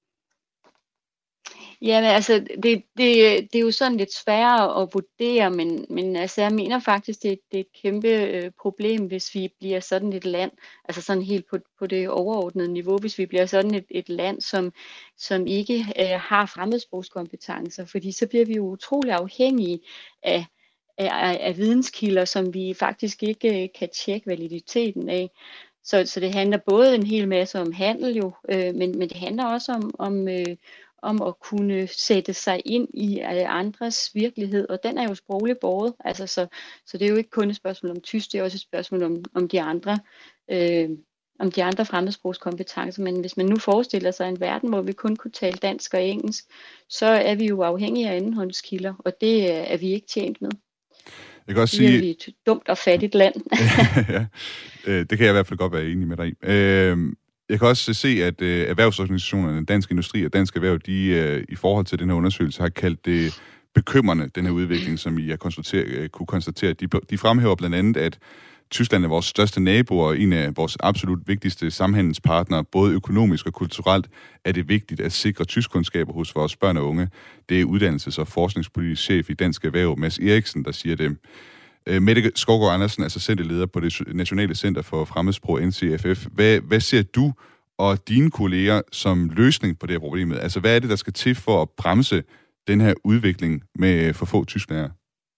Jamen altså, det, det, det er jo sådan lidt sværere at vurdere, men, men altså, jeg mener faktisk, det, det er et kæmpe øh, problem, hvis vi bliver sådan et land, altså sådan helt på, på det overordnede niveau, hvis vi bliver sådan et, et land, som, som ikke øh, har fremmedsprogskompetencer, fordi så bliver vi jo utrolig afhængige af, af, af videnskilder, som vi faktisk ikke øh, kan tjekke validiteten af. Så, så det handler både en hel masse om handel jo, øh, men, men det handler også om, om øh, om at kunne sætte sig ind i andres virkelighed, og den er jo sprogligt båret, altså så, så det er jo ikke kun et spørgsmål om tysk, det er også et spørgsmål om, om de andre øh, om de andre fremmedsprogskompetencer, men hvis man nu forestiller sig en verden, hvor vi kun kunne tale dansk og engelsk, så er vi jo afhængige af andenhåndskilder, og det er vi ikke tjent med. Jeg kan også sige... Vi er et dumt og fattigt land. Ja, det kan jeg i hvert fald godt være enig med dig i. Øh... Jeg kan også se, at øh, erhvervsorganisationerne, Dansk Industri og Dansk Erhverv, de øh, i forhold til den her undersøgelse har kaldt det bekymrende, den her udvikling, som I har konstatere, kunne konstatere. De, de fremhæver blandt andet, at Tyskland er vores største nabo og en af vores absolut vigtigste samhandelspartnere, både økonomisk og kulturelt, er det vigtigt at sikre tyskkundskaber hos vores børn og unge. Det er uddannelses- og forskningspolitisk chef i Dansk Erhverv, Mads Eriksen, der siger det. Mette Skovgaard Andersen, altså centerleder på det Nationale Center for Fremmedsprog, N C F F. Hvad, hvad ser du og dine kolleger som løsning på det her problem? Altså, hvad er det, der skal til for at bremse den her udvikling med for få tysklærere?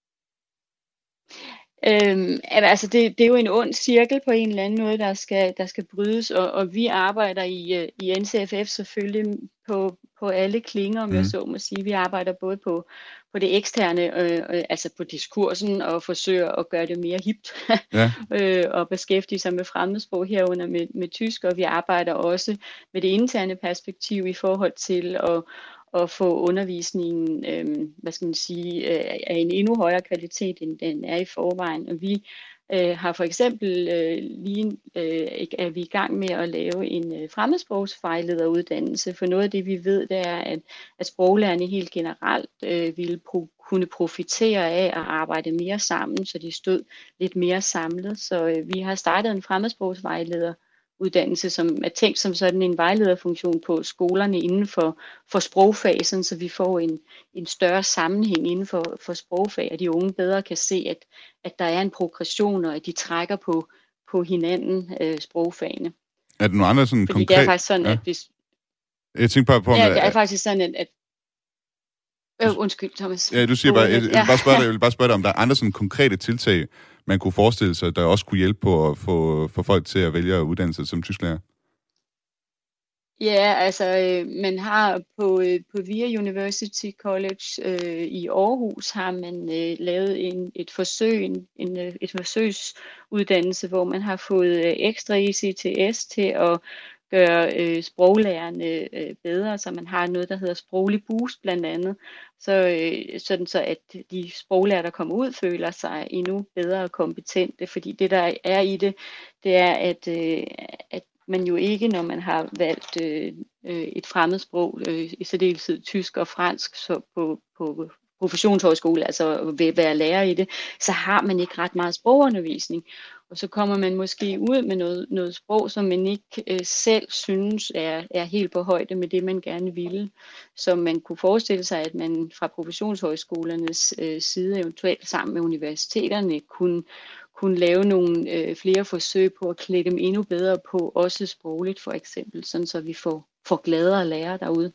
Øhm, altså det, det er jo en ond cirkel på en eller anden måde, der skal, der skal brydes, og, og vi arbejder i, i N C F F selvfølgelig på, på alle klinger, om mm. jeg så må sige. Vi arbejder både på, på det eksterne, øh, øh, altså på diskursen, og forsøger at gøre det mere hipt, ja. øh, og beskæftige sig med fremmedsprog herunder med, med tysk, og vi arbejder også med det interne perspektiv i forhold til at og få undervisningen, øh, hvad skal man sige, øh, af en endnu højere kvalitet, end den er i forvejen. Og vi øh, har for eksempel øh, lige øh, er vi i gang med at lave en øh, fremmedsprogsvejlederuddannelse, for noget af det, vi ved, det er, at, at sproglærerne helt generelt øh, ville pro- kunne profitere af at arbejde mere sammen, så de stod lidt mere samlet. Så øh, vi har startet en fremmedsprogsvejleder uddannelse, som er tænkt som sådan en vejlederfunktion på skolerne inden for, for sprogfasen, så vi får en, en større sammenhæng inden for, for sprogfag, at de unge bedre kan se, at, at der er en progression, og at de trækker på, på hinanden øh, sprogfagene. Er der nogle andre sådan Fordi konkret... det er faktisk sådan, ja. at hvis... Jeg tænker bare på, om ja, det er, er faktisk sådan, at... at øh, undskyld, Thomas. Ja, du siger bare, jeg, jeg, vil bare spørge dig, jeg vil bare spørge dig, om der er andre sådan konkrete tiltag, man kunne forestille sig, der også kunne hjælpe på at få, få folk til at vælge uddannelse som tysklærer? Ja, altså øh, man har på, øh, på V I A University College øh, i Aarhus har man øh, lavet en, et forsøg, en, en, et forsøgsuddannelse, hvor man har fået øh, ekstra E C T S til at gøre øh, sproglærerne øh, bedre, så man har noget, der hedder sproglig boost blandt andet, så, øh, sådan så at de sproglærere, der kommer ud, føler sig endnu bedre og kompetente, fordi det, der er i det, det er, at, øh, at man jo ikke, når man har valgt øh, et fremmedsprog, øh, i særdeleshed tysk og fransk, så på, på professionshøjskole, altså ved at være lærer i det, så har man ikke ret meget sprogundervisning. Og så kommer man måske ud med noget, noget sprog, som man ikke øh, selv synes er, er helt på højde med det, man gerne ville. Så man kunne forestille sig, at man fra professionshøjskolernes øh, side, eventuelt sammen med universiteterne, kunne, kunne lave nogle øh, flere forsøg på at klæde dem endnu bedre på, også sprogligt for eksempel, sådan så vi får, får gladere lærere derude.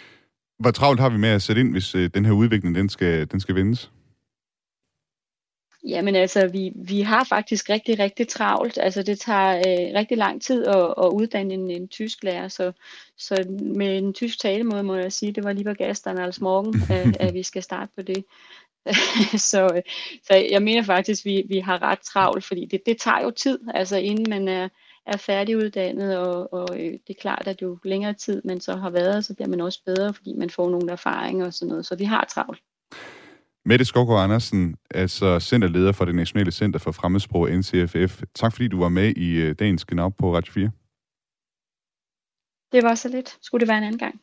Hvor travlt har vi med at sætte ind, hvis øh, den her udvikling den skal, den skal vendes? Jamen altså, vi, vi har faktisk rigtig, rigtig travlt. Altså, det tager øh, rigtig lang tid at, at uddanne en, en tysk lærer, så, så med en tysk talemåde må jeg sige, det var lige på gasterne als morgen, at, at vi skal starte på det. så, så jeg mener faktisk, at vi, vi har ret travlt, fordi det, det tager jo tid, altså inden man er, er færdiguddannet, og, og øh, det er klart, at jo længere tid man så har været, så bliver man også bedre, fordi man får nogle erfaringer og sådan noget, så vi har travlt. Mette Skovgaard Andersen, altså centerleder for det Nationale Center for Fremmedsprog, N C F F. Tak fordi du var med i dagens Genau på Radio fire. Det var så lidt. Skulle det være en anden gang?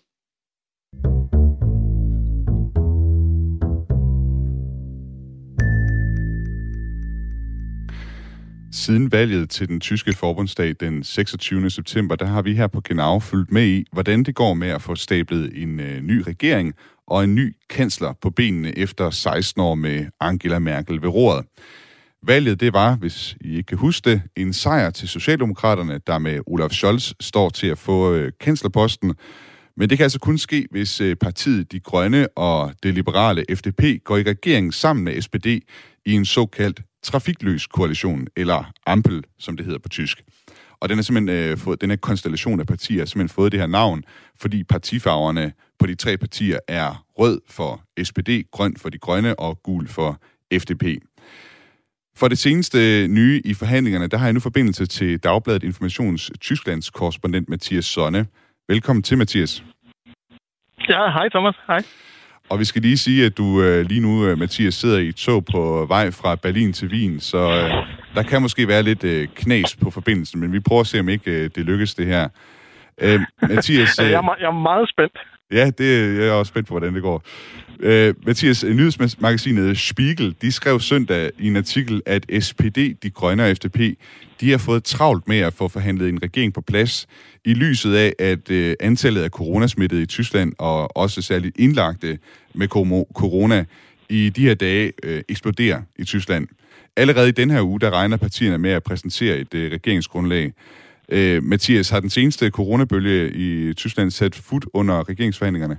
Siden valget til den tyske forbundsdag den seksogtyvende september, der har vi her på Genau fulgt med i, hvordan det går med at få stablet en øh, ny regering og en ny kansler på benene efter seksten år med Angela Merkel ved roret. Valget, det var, hvis I ikke kan huske det, en sejr til Socialdemokraterne, der med Olaf Scholz står til at få øh, kanslerposten. Men det kan altså kun ske, hvis øh, partiet De Grønne og det liberale F D P går i regering sammen med S P D i en såkaldt trafikløs koalition, eller Ampel, som det hedder på tysk. Og den er simpelthen øh, fået, den her konstellation af partier har simpelthen fået det her navn, fordi partifarverne på de tre partier er rød for S P D, grøn for De Grønne og gul for F D P. For det seneste nye i forhandlingerne, der har jeg nu forbindelse til Dagbladet Informations Tysklands korrespondent Mathias Sonne. Velkommen til, Mathias. Ja, hej Thomas. Hej. Og vi skal lige sige, at du øh, lige nu, øh, Mathias, sidder i et tog på vej fra Berlin til Wien, så øh, der kan måske være lidt øh, knas på forbindelsen, men vi prøver at se, om ikke øh, det lykkes det her. Øh, Mathias... Øh, jeg, er, jeg er meget spændt. Ja, det, jeg er også spændt på, hvordan det går. Øh, Mathias, nyhedsmagasinet Spiegel, de skrev søndag i en artikel, at S P D, De Grønne og F D P, de har fået travlt med at få forhandlet en regering på plads, i lyset af, at øh, antallet af coronasmittede i Tyskland, og også særligt indlagte med corona, i de her dage øh, eksploderer i Tyskland. Allerede i den her uge, der regner partierne med at præsentere et øh, regeringsgrundlag. Øh, Mathias, har den seneste coronabølge i Tyskland sat fod under regeringsforhandlingerne?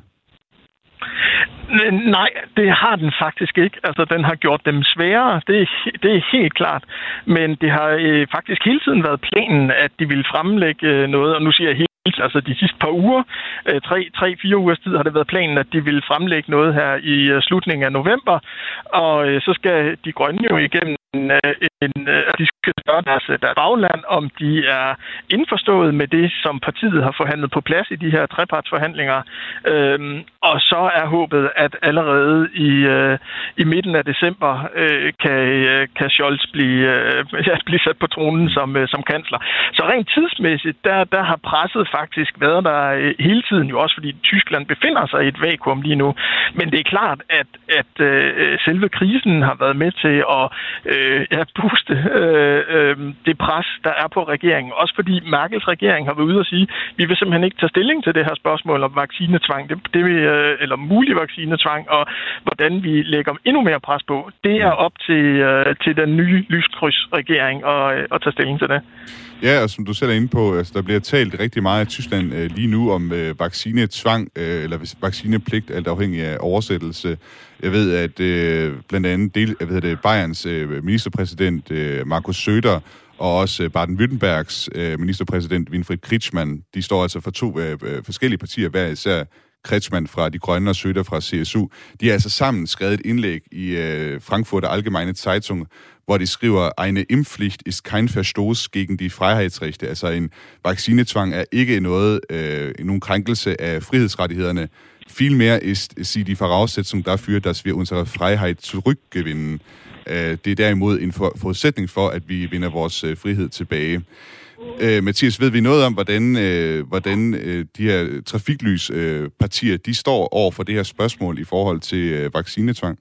Nej, det har den faktisk ikke. Altså, den har gjort dem sværere, det er, det er helt klart. Men det har øh, faktisk hele tiden været planen, at de ville fremlægge øh, noget, og nu siger jeg helt, altså de sidste par uger, øh, tre, tre, fire ugers tid har det været planen, at de ville fremlægge noget her i øh, slutningen af november, og øh, så skal De Grønne jo igennem en, en, de skal spørge deres, deres bagland, om de er indforstået med det, som partiet har forhandlet på plads i de her trepartsforhandlinger. Øhm, og så er håbet, at allerede i, øh, i midten af december øh, kan, kan Scholz blive, øh, ja, blive sat på tronen som, øh, som kansler. Så rent tidsmæssigt, der, der har presset faktisk været der øh, hele tiden, jo også fordi Tyskland befinder sig i et vakuum lige nu. Men det er klart, at, at øh, selve krisen har været med til at øh, ja, booste øh, øh, det pres, der er på regeringen. Også fordi Merkels regering har været ude at sige, vi vil simpelthen ikke tage stilling til det her spørgsmål om vaccinetvang, det, det vil, øh, eller mulig vaccinetvang, og hvordan vi lægger endnu mere pres på. Det er op til, øh, til den nye lyskrydsregering at, øh, at tage stilling til det. Ja, og som du selv er inde på, altså, der bliver talt rigtig meget i Tyskland øh, lige nu om øh, vaccinetvang, øh, eller vaccinepligt, alt afhængig af oversættelse. Jeg ved, at øh, blandt andet del, jeg ved, det, Bayerns øh, ministerpræsident øh, Markus Söder og også øh, Baden-Württembergs øh, ministerpræsident Winfried Kretschmann, de står altså for to øh, forskellige partier, hver især Kretschmann fra De Grønne og Söder fra C S U. De har altså sammen skrevet et indlæg i øh, Frankfurter Allgemeine Zeitung, hvor de skriver, eine Impfpflicht ist kein Verstoß gegen die Freiheitsrechte. Altså en vaccinetvang er ikke noget, øh, nogen krænkelse af frihedsrettighederne. Vielmehr ist sie die Voraussetzung dafür, dass wir unsere Freiheit zurückgewinnen. Øh, det er derimod en for, forudsætning for, at vi vinder vores øh, frihed tilbage. Øh, Mathias, ved vi noget om, hvordan, øh, hvordan øh, de her trafiklyspartier, øh, de står over for det her spørgsmål i forhold til øh, vaccinetvang?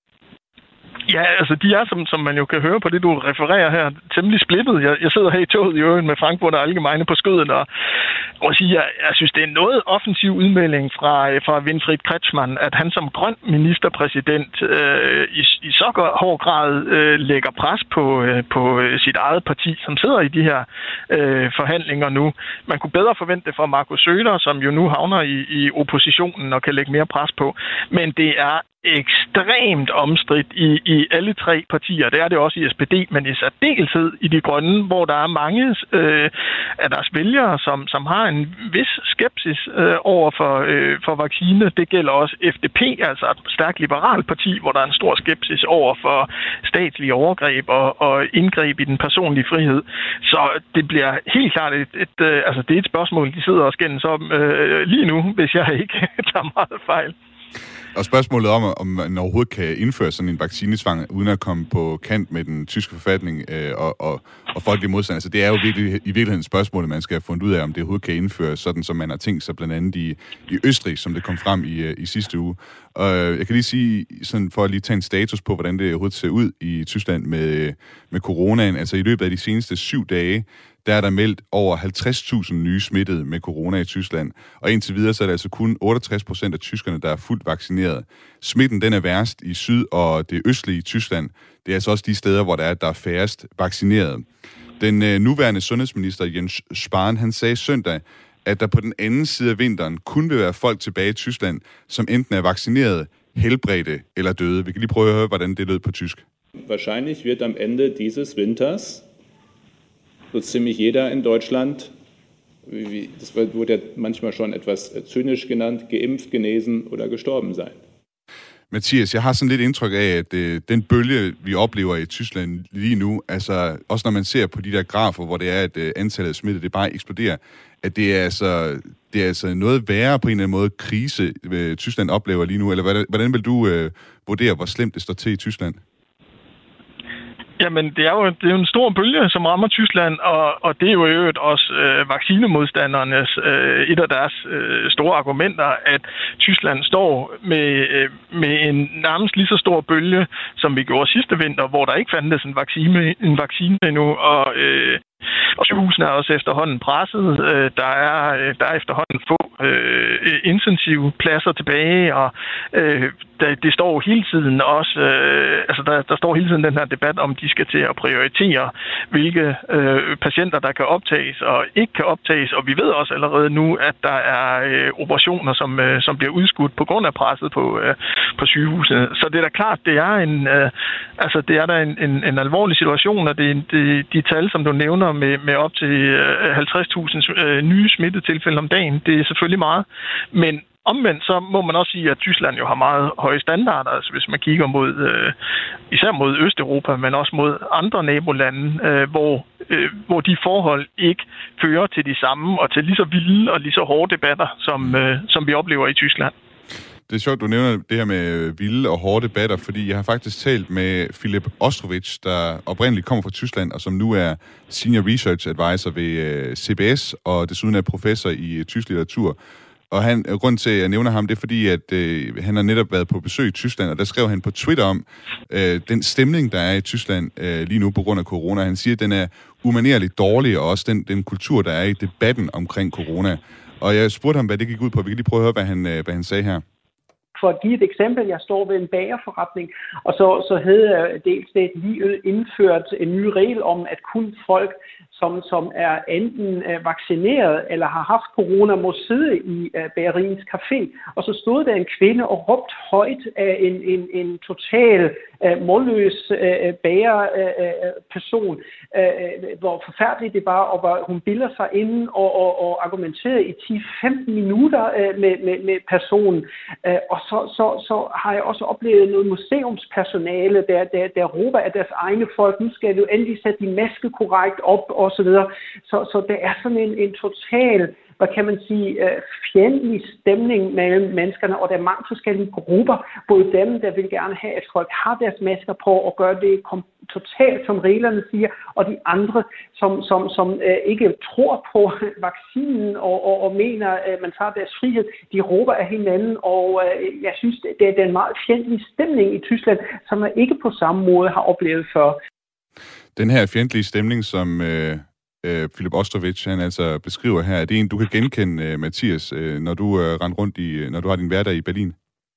Ja, altså de er, som, som man jo kan høre på det, du refererer her, temmelig splittet. Jeg, jeg sidder her i toget i øvrigt med Frankfurter Allgemeine på skødet, og, og siger, jeg, jeg synes, det er noget offensiv udmelding fra, fra Winfried Kretschmann, at han som grøn ministerpræsident øh, i, i så hård grad øh, lægger pres på, øh, på sit eget parti, som sidder i de her øh, forhandlinger nu. Man kunne bedre forvente det fra Markus Söder, som jo nu havner i, i oppositionen og kan lægge mere pres på. Men det er ekstremt omstridt i, i alle tre partier. Det er det også i S P D, men i særdeleshed i De Grønne, hvor der er mange øh, af deres vælgere, som, som har en vis skepsis øh, over for, øh, for vaccine. Det gælder også F D P, altså et stærkt liberalt parti, hvor der er en stor skepsis over for statslige overgreb og, og indgreb i den personlige frihed. Så det bliver helt klart et, et, et, altså det er et spørgsmål, de sidder og skændes om øh, lige nu, hvis jeg ikke tager meget fejl. Og spørgsmålet om, om man overhovedet kan indføre sådan en vaccinetvang, uden at komme på kant med den tyske forfatning øh, og, og, og folkelige modstand. Altså, det er jo virkelig, i virkeligheden spørgsmålet, man skal have fundet ud af, om det overhovedet kan indføres, sådan som man har tænkt sig blandt andet i, i Østrig, som det kom frem i, i sidste uge. Og jeg kan lige sige, sådan for at lige tage en status på, hvordan det overhovedet ser ud i Tyskland med, med coronaen. Altså i løbet af de seneste syv dage, der er der meldt over halvtreds tusind nye smittede med corona i Tyskland. Og indtil videre, så er det altså kun otteogtres procent af tyskerne, der er fuldt vaccineret. Smitten, den er værst i syd- og det østlige Tyskland. Det er altså også de steder, hvor der er, der er færrest vaccineret. Den øh, nuværende sundhedsminister, Jens Spahn, han sagde søndag, at der på den anden side af vinteren kun vil være folk tilbage i Tyskland, som enten er vaccineret, helbredte eller døde. Vi kan lige prøve at høre, hvordan det lød på tysk. Wahrscheinlich wird am Ende dieses Winters so ziemlich jeder in Deutschland, das wurde ja manchmal schon etwas zynisch genannt, geimpft, genesen oder gestorben sein. Mathias, jeg har sådan lidt indtryk af, at øh, den bølge, vi oplever i Tyskland lige nu, altså også når man ser på de der grafer, hvor det er, at øh, antallet af smittede, det bare eksploderer, at det er altså, det er altså noget værre på en eller anden måde krise, øh, Tyskland oplever lige nu, eller hvordan, hvordan vil du øh, vurdere, hvor slemt det står til i Tyskland? Jamen, det er jo, det er jo en stor bølge, som rammer Tyskland, og, og det er jo i øvrigt også øh, vaccinemodstandernes, øh, et af deres øh, store argumenter, at Tyskland står med, øh, med en nærmest lige så stor bølge, som vi gjorde sidste vinter, hvor der ikke fandtes en vaccine, en vaccine endnu, og øh, Og sygehusene er også efterhånden presset. Der er, der er efterhånden få øh, intensive pladser tilbage, og øh, det, det står hele tiden også, øh, altså der, der står hele tiden den her debat om, de skal til at prioritere, hvilke øh, patienter, der kan optages og ikke kan optages. Og vi ved også allerede nu, at der er øh, operationer, som, øh, som bliver udskudt på grund af presset på, øh, på sygehusene. Så det er da klart, det er en, øh, altså det er da en, en, en alvorlig situation, og det, det, de tal, som du nævner, Med, med op til halvtreds tusind øh, nye smittetilfælde om dagen. Det er selvfølgelig meget. Men omvendt så må man også sige, at Tyskland jo har meget høje standarder, altså hvis man kigger mod, øh, især mod Østeuropa, men også mod andre nabolande, øh, hvor, øh, hvor de forhold ikke fører til de samme og til lige så vilde og lige så hårde debatter, som, øh, som vi oplever i Tyskland. Det er sjovt, du nævner det her med vilde og hårde debatter, fordi jeg har faktisk talt med Philip Ostrowitz, der oprindeligt kommer fra Tyskland, og som nu er Senior Research Advisor ved C B S, og desuden er professor i tysk litteratur. Og han, grund til, at jeg nævner ham, det er fordi, at øh, han har netop været på besøg i Tyskland, og der skrev han på Twitter om øh, den stemning, der er i Tyskland øh, lige nu på grund af corona. Han siger, at den er umanerligt dårlig, og også den, den kultur, der er i debatten omkring corona. Og jeg spurgte ham, hvad det gik ud på. Vi kan lige prøve at høre, hvad han, øh, hvad han sagde her. For at give et eksempel, jeg står ved en bagerforretning, og så, så havde delstaten lige indført en ny regel om, at kun folk, som, som er enten vaccineret eller har haft corona, må sidde i uh, bageriens café. Og så stod der en kvinde og råbte højt af en, en, en total uh, målløs uh, bagerperson, uh, uh, hvor forfærdeligt det var, og hvor hun bilder sig ind og, og, og argumenterede i ti til femten minutter uh, med, med, med personen. Uh, og så, så, så har jeg også oplevet noget museumspersonale, der, der, der råber af deres egne folk, nu skal du endelig sætte din maske korrekt op, og så videre. Så, så det er sådan en, en total, hvad kan man sige, uh, fjendtlig stemning mellem menneskerne, og der er mange forskellige grupper, både dem, der vil gerne have, at folk har deres masker på og gør det kom- totalt, som reglerne siger, og de andre, som, som, som uh, ikke tror på vaccinen og, og, og mener, at uh, man tager deres frihed, de råber af hinanden, og uh, jeg synes, det er den meget fjendtlige stemning i Tyskland, som man ikke på samme måde har oplevet før. Den her fjendtlige stemning, som øh, øh, Philip Ostrowitz han altså beskriver her, er det en, du kan genkende, øh, Mathias, øh, når du øh, render rundt i, når du har din hverdag i Berlin?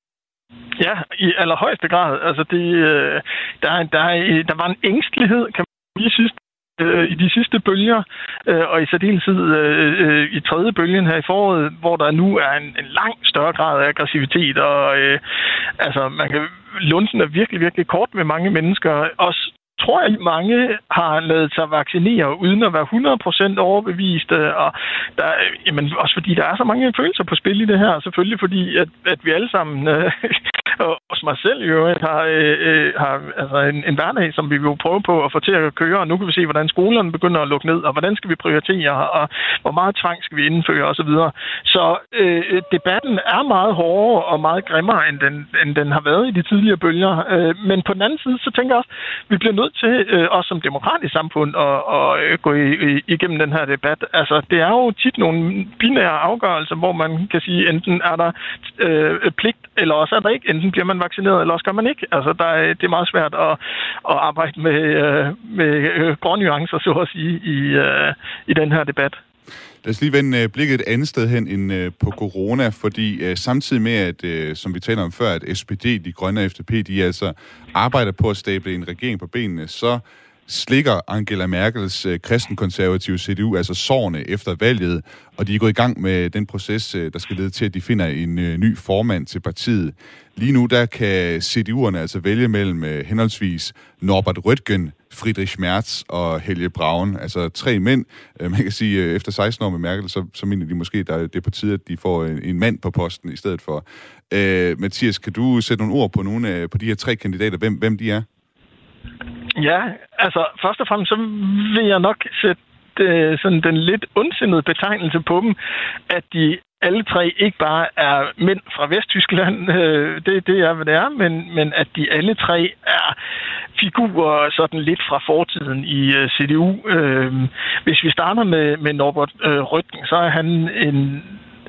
Ja, i allerhøjeste grad. Altså det, øh, der, der, der var en ængstelighed, kan man lige sidste øh, i de sidste bølger, øh, og i særdeleshed øh, øh, i tredje bølgen her i foråret, hvor der nu er en, en langt større grad af aggressivitet, og øh, altså man kan lunsen er virkelig, virkelig kort med mange mennesker. Også tror jeg, mange har ladet sig vaccinere uden at være hundrede procent overbeviste, og der, jamen, også fordi der er så mange følelser på spil i det her, selvfølgelig fordi, at, at vi alle sammen, øh, og også mig selv jo, har, øh, har altså en, en hverdag, som vi vil prøve på at få til at køre, og nu kan vi se, hvordan skolerne begynder at lukke ned, og hvordan skal vi prioritere, og hvor meget tvang skal vi indføre, osv. Så, så øh, debatten er meget hårdere og meget grimmere, end den, end den har været i de tidligere bølger, øh, men på den anden side, så tænker jeg også, vi bliver nødt til, øh, også som demokratisk samfund, at, at øh, gå i, i, igennem den her debat. Altså, det er jo tit nogle binære afgørelser, hvor man kan sige, enten er der øh, pligt, eller også er der ikke. Enten bliver man vaccineret, eller også gør man ikke. Altså, der er, det er meget svært at, at arbejde med, øh, med øh, grønne nuancer, så at sige, i, øh, i den her debat. Lad os lige vende blikket et andet sted hen end på corona, fordi uh, samtidig med, at, uh, som vi taler om før, at S P D, de grønne og F D P, de altså arbejder på at stable en regering på benene, så slikker Angela Merkels uh, kristenkonservative C D U altså sårene efter valget, og de er gået i gang med den proces, uh, der skal lede til, at de finder en uh, ny formand til partiet. Lige nu, der kan C D U'erne altså vælge mellem uh, henholdsvis Norbert Röttgen, Friedrich Merz og Helge Braun. Altså tre mænd. Uh, man kan sige, uh, efter seksten år med Merkel, så, så mener de måske, at det er på tide, at de får en, en mand på posten i stedet for. Uh, Mathias, kan du sætte nogle ord på nogle af på de her tre kandidater, hvem, hvem de er? Ja, altså først og fremmest så vil jeg nok sætte øh, sådan den lidt ondsindede betegnelse på dem, at de alle tre ikke bare er mænd fra Vesttyskland, øh, det, det er, hvad det er, men, men at de alle tre er figurer sådan lidt fra fortiden i øh, C D U. Øh, hvis vi starter med, med Norbert øh, Röttgen, så er han en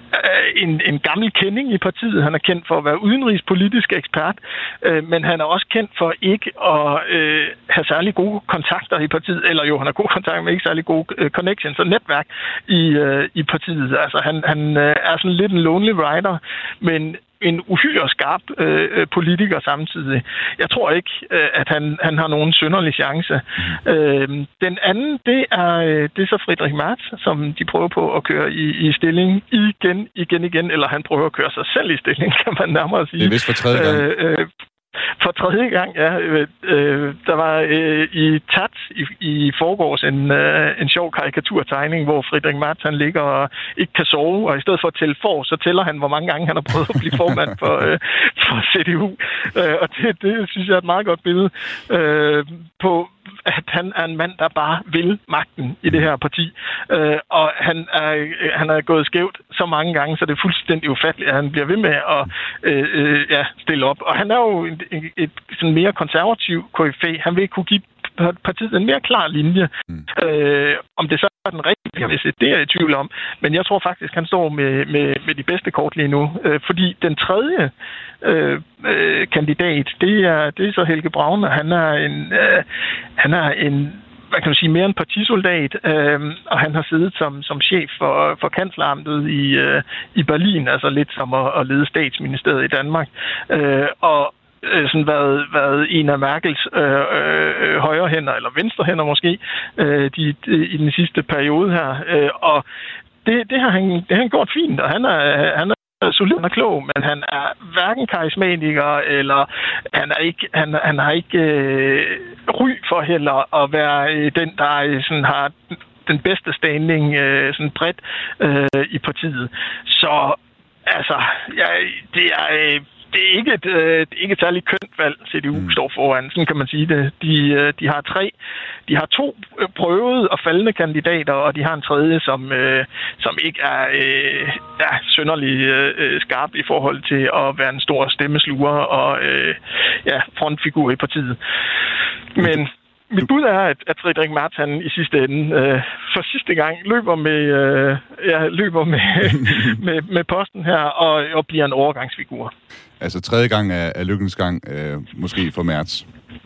En, en gammel kending i partiet. Han er kendt for at være udenrigspolitisk ekspert, øh, men han er også kendt for ikke at øh, have særlig gode kontakter i partiet, eller jo, han har gode kontakter, men ikke særlig gode øh, connections og netværk i, øh, i partiet. Altså, han, han øh, er sådan lidt en lonely rider, men en uhyre skarp øh, politiker samtidig. Jeg tror ikke, øh, at han, han har nogen synderlig chance. Mm. Øh, den anden, det er, det er så Friedrich Merz, som de prøver på at køre i, i stilling igen, igen, igen, eller han prøver at køre sig selv i stilling, kan man nærmere sige. Det er vist for tredje gang. Øh, øh, For tredje gang, ja. Øh, der var øh, i T A T i, i forgårs en, øh, en sjov karikaturtegning, hvor Friedrich Merz han ligger og ikke kan sove, og i stedet for at tælle for, så tæller han, hvor mange gange han har prøvet at blive formand for, øh, for C D U. Øh, og det, det synes jeg er et meget godt billede øh, på, at han er en mand, der bare vil magten i det her parti. Øh, og han er, han er gået skævt så mange gange, så det er fuldstændig ufatteligt, at han bliver ved med at øh, øh, ja, stille op. Og han er jo et, et, et sådan mere konservativ K F A. Han vil kunne give partiet en mere klar linje. Mm. Øh, om det så er den rigtige, hvis det er jeg i tvivl om. Men jeg tror faktisk, han står med, med, med de bedste kort lige nu. Øh, fordi den tredje øh, øh, kandidat, det er, det er så Helge Braun, og han er en, øh, han er en hvad kan man sige, mere en partisoldat, øh, og han har siddet som, som chef for, for kansleramtet i, øh, i Berlin, altså lidt som at, at lede statsministeriet i Danmark. Øh, og sådan været, været en af Merkels øh, øh, højre hænder, eller venstre hænder måske, øh, de, de, i den sidste periode her. Øh, og det, det, har han, det har han gjort fint, og han er, han er solid og klog, men han er hverken karismatiker, eller han, er ikke, han, han har ikke øh, ry for heller at være øh, den, der sådan har den bedste standing øh, sådan bredt øh, i partiet. Så altså, ja, det er... Øh, Det er ikke et, øh, ikke et særligt kønt valg, C D U mm. står foran. Sådan kan man sige det. De, øh, de har tre, de har to prøvede og faldende kandidater, og de har en tredje, som, øh, som ikke er, øh, er synderlig øh, skarp i forhold til at være en stor stemmesluger og øh, ja, frontfigur i partiet. Men mit bud er, at, at Friedrich Merz han i sidste ende øh, for sidste gang løber med, øh, ja, løber med, med, med posten her og, og bliver en overgangsfigur. Altså tredje gang er, er lykkens gang, øh, måske for Merz.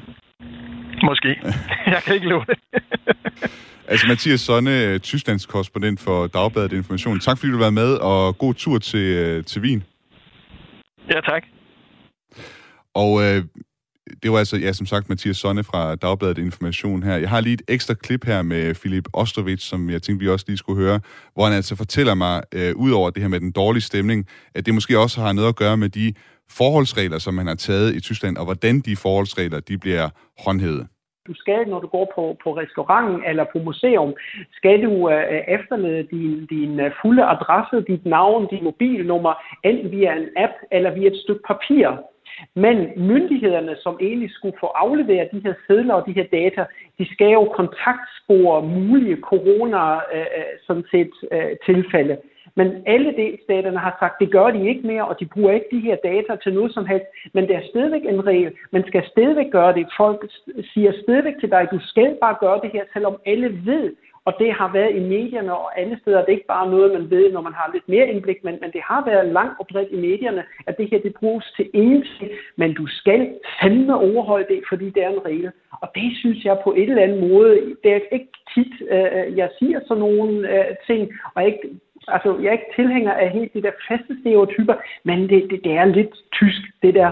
Måske. Jeg kan ikke love det. Altså Mathias Sonne, Tysklands korrespondent for Dagbladet Information. Tak fordi du var med, og god tur til, til Wien. Ja, tak. Og øh, det var altså, ja, som sagt, Mathias Sonne fra Dagbladet Information her. Jeg har lige et ekstra klip her med Filip Ostrovich, som jeg tænkte, vi også lige skulle høre, hvor han altså fortæller mig, øh, ud over det her med den dårlige stemning, at det måske også har noget at gøre med de forholdsregler, som man har taget i Tyskland, og hvordan de forholdsregler, de bliver håndhævet. Du skal, når du går på, på restauranten eller på museum, skal du øh, efterlade din, din fulde adresse, dit navn, din mobilnummer, enten via en app eller via et stykke papir. Men myndighederne, som egentlig skulle få afleveret de her sedler og de her data, de skal jo kontaktspore mulige corona øh, sådan set, øh, tilfælde. Men alle delstaterne har sagt, det gør de ikke mere, og de bruger ikke de her data til noget som helst. Men det er stadigvæk en regel. Man skal stadigvæk gøre det. Folk siger stadigvæk til dig, du skal bare gøre det her, selvom alle ved. Og det har været i medierne og alle steder. Det er ikke bare noget, man ved, når man har lidt mere indblik. Men, men det har været langt og bredt i medierne, at det her det bruges til ingenting. Men du skal fandme overholde det, fordi det er en regel. Og det synes jeg på et eller andet måde, det er ikke tit, øh, jeg siger sådan nogle øh, ting, og ikke... Altså, jeg er ikke tilhænger af helt de der faste stereotyper, men det, det, det er lidt tysk, det der.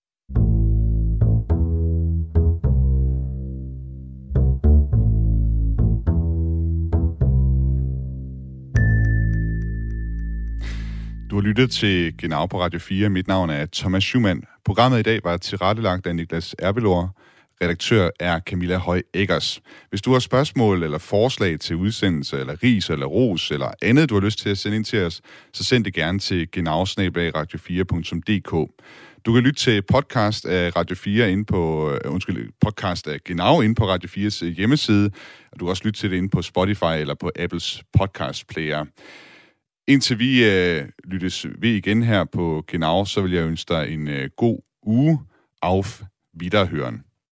Du har lyttet til Genau på Radio fire. Mit navn er Thomas Schumann. Programmet i dag var tilrettelagt af Niklas Erbelor. Redaktør er Camilla Høj Eggers. Hvis du har spørgsmål eller forslag til udsendelse, eller ris eller ros, eller andet, du har lyst til at sende ind til os, så send det gerne til genau snabel-a radio fire punktum d k. Du kan lytte til podcast af Radio fire inde på, uh, undskyld, podcast af Genau inde på Radio fires hjemmeside, og du kan også lytte til det inde på Spotify eller på Apples podcast player. Indtil vi uh, lyttes ved igen her på Genau, så vil jeg ønske dig en uh, god uge. Auf Wiederhören.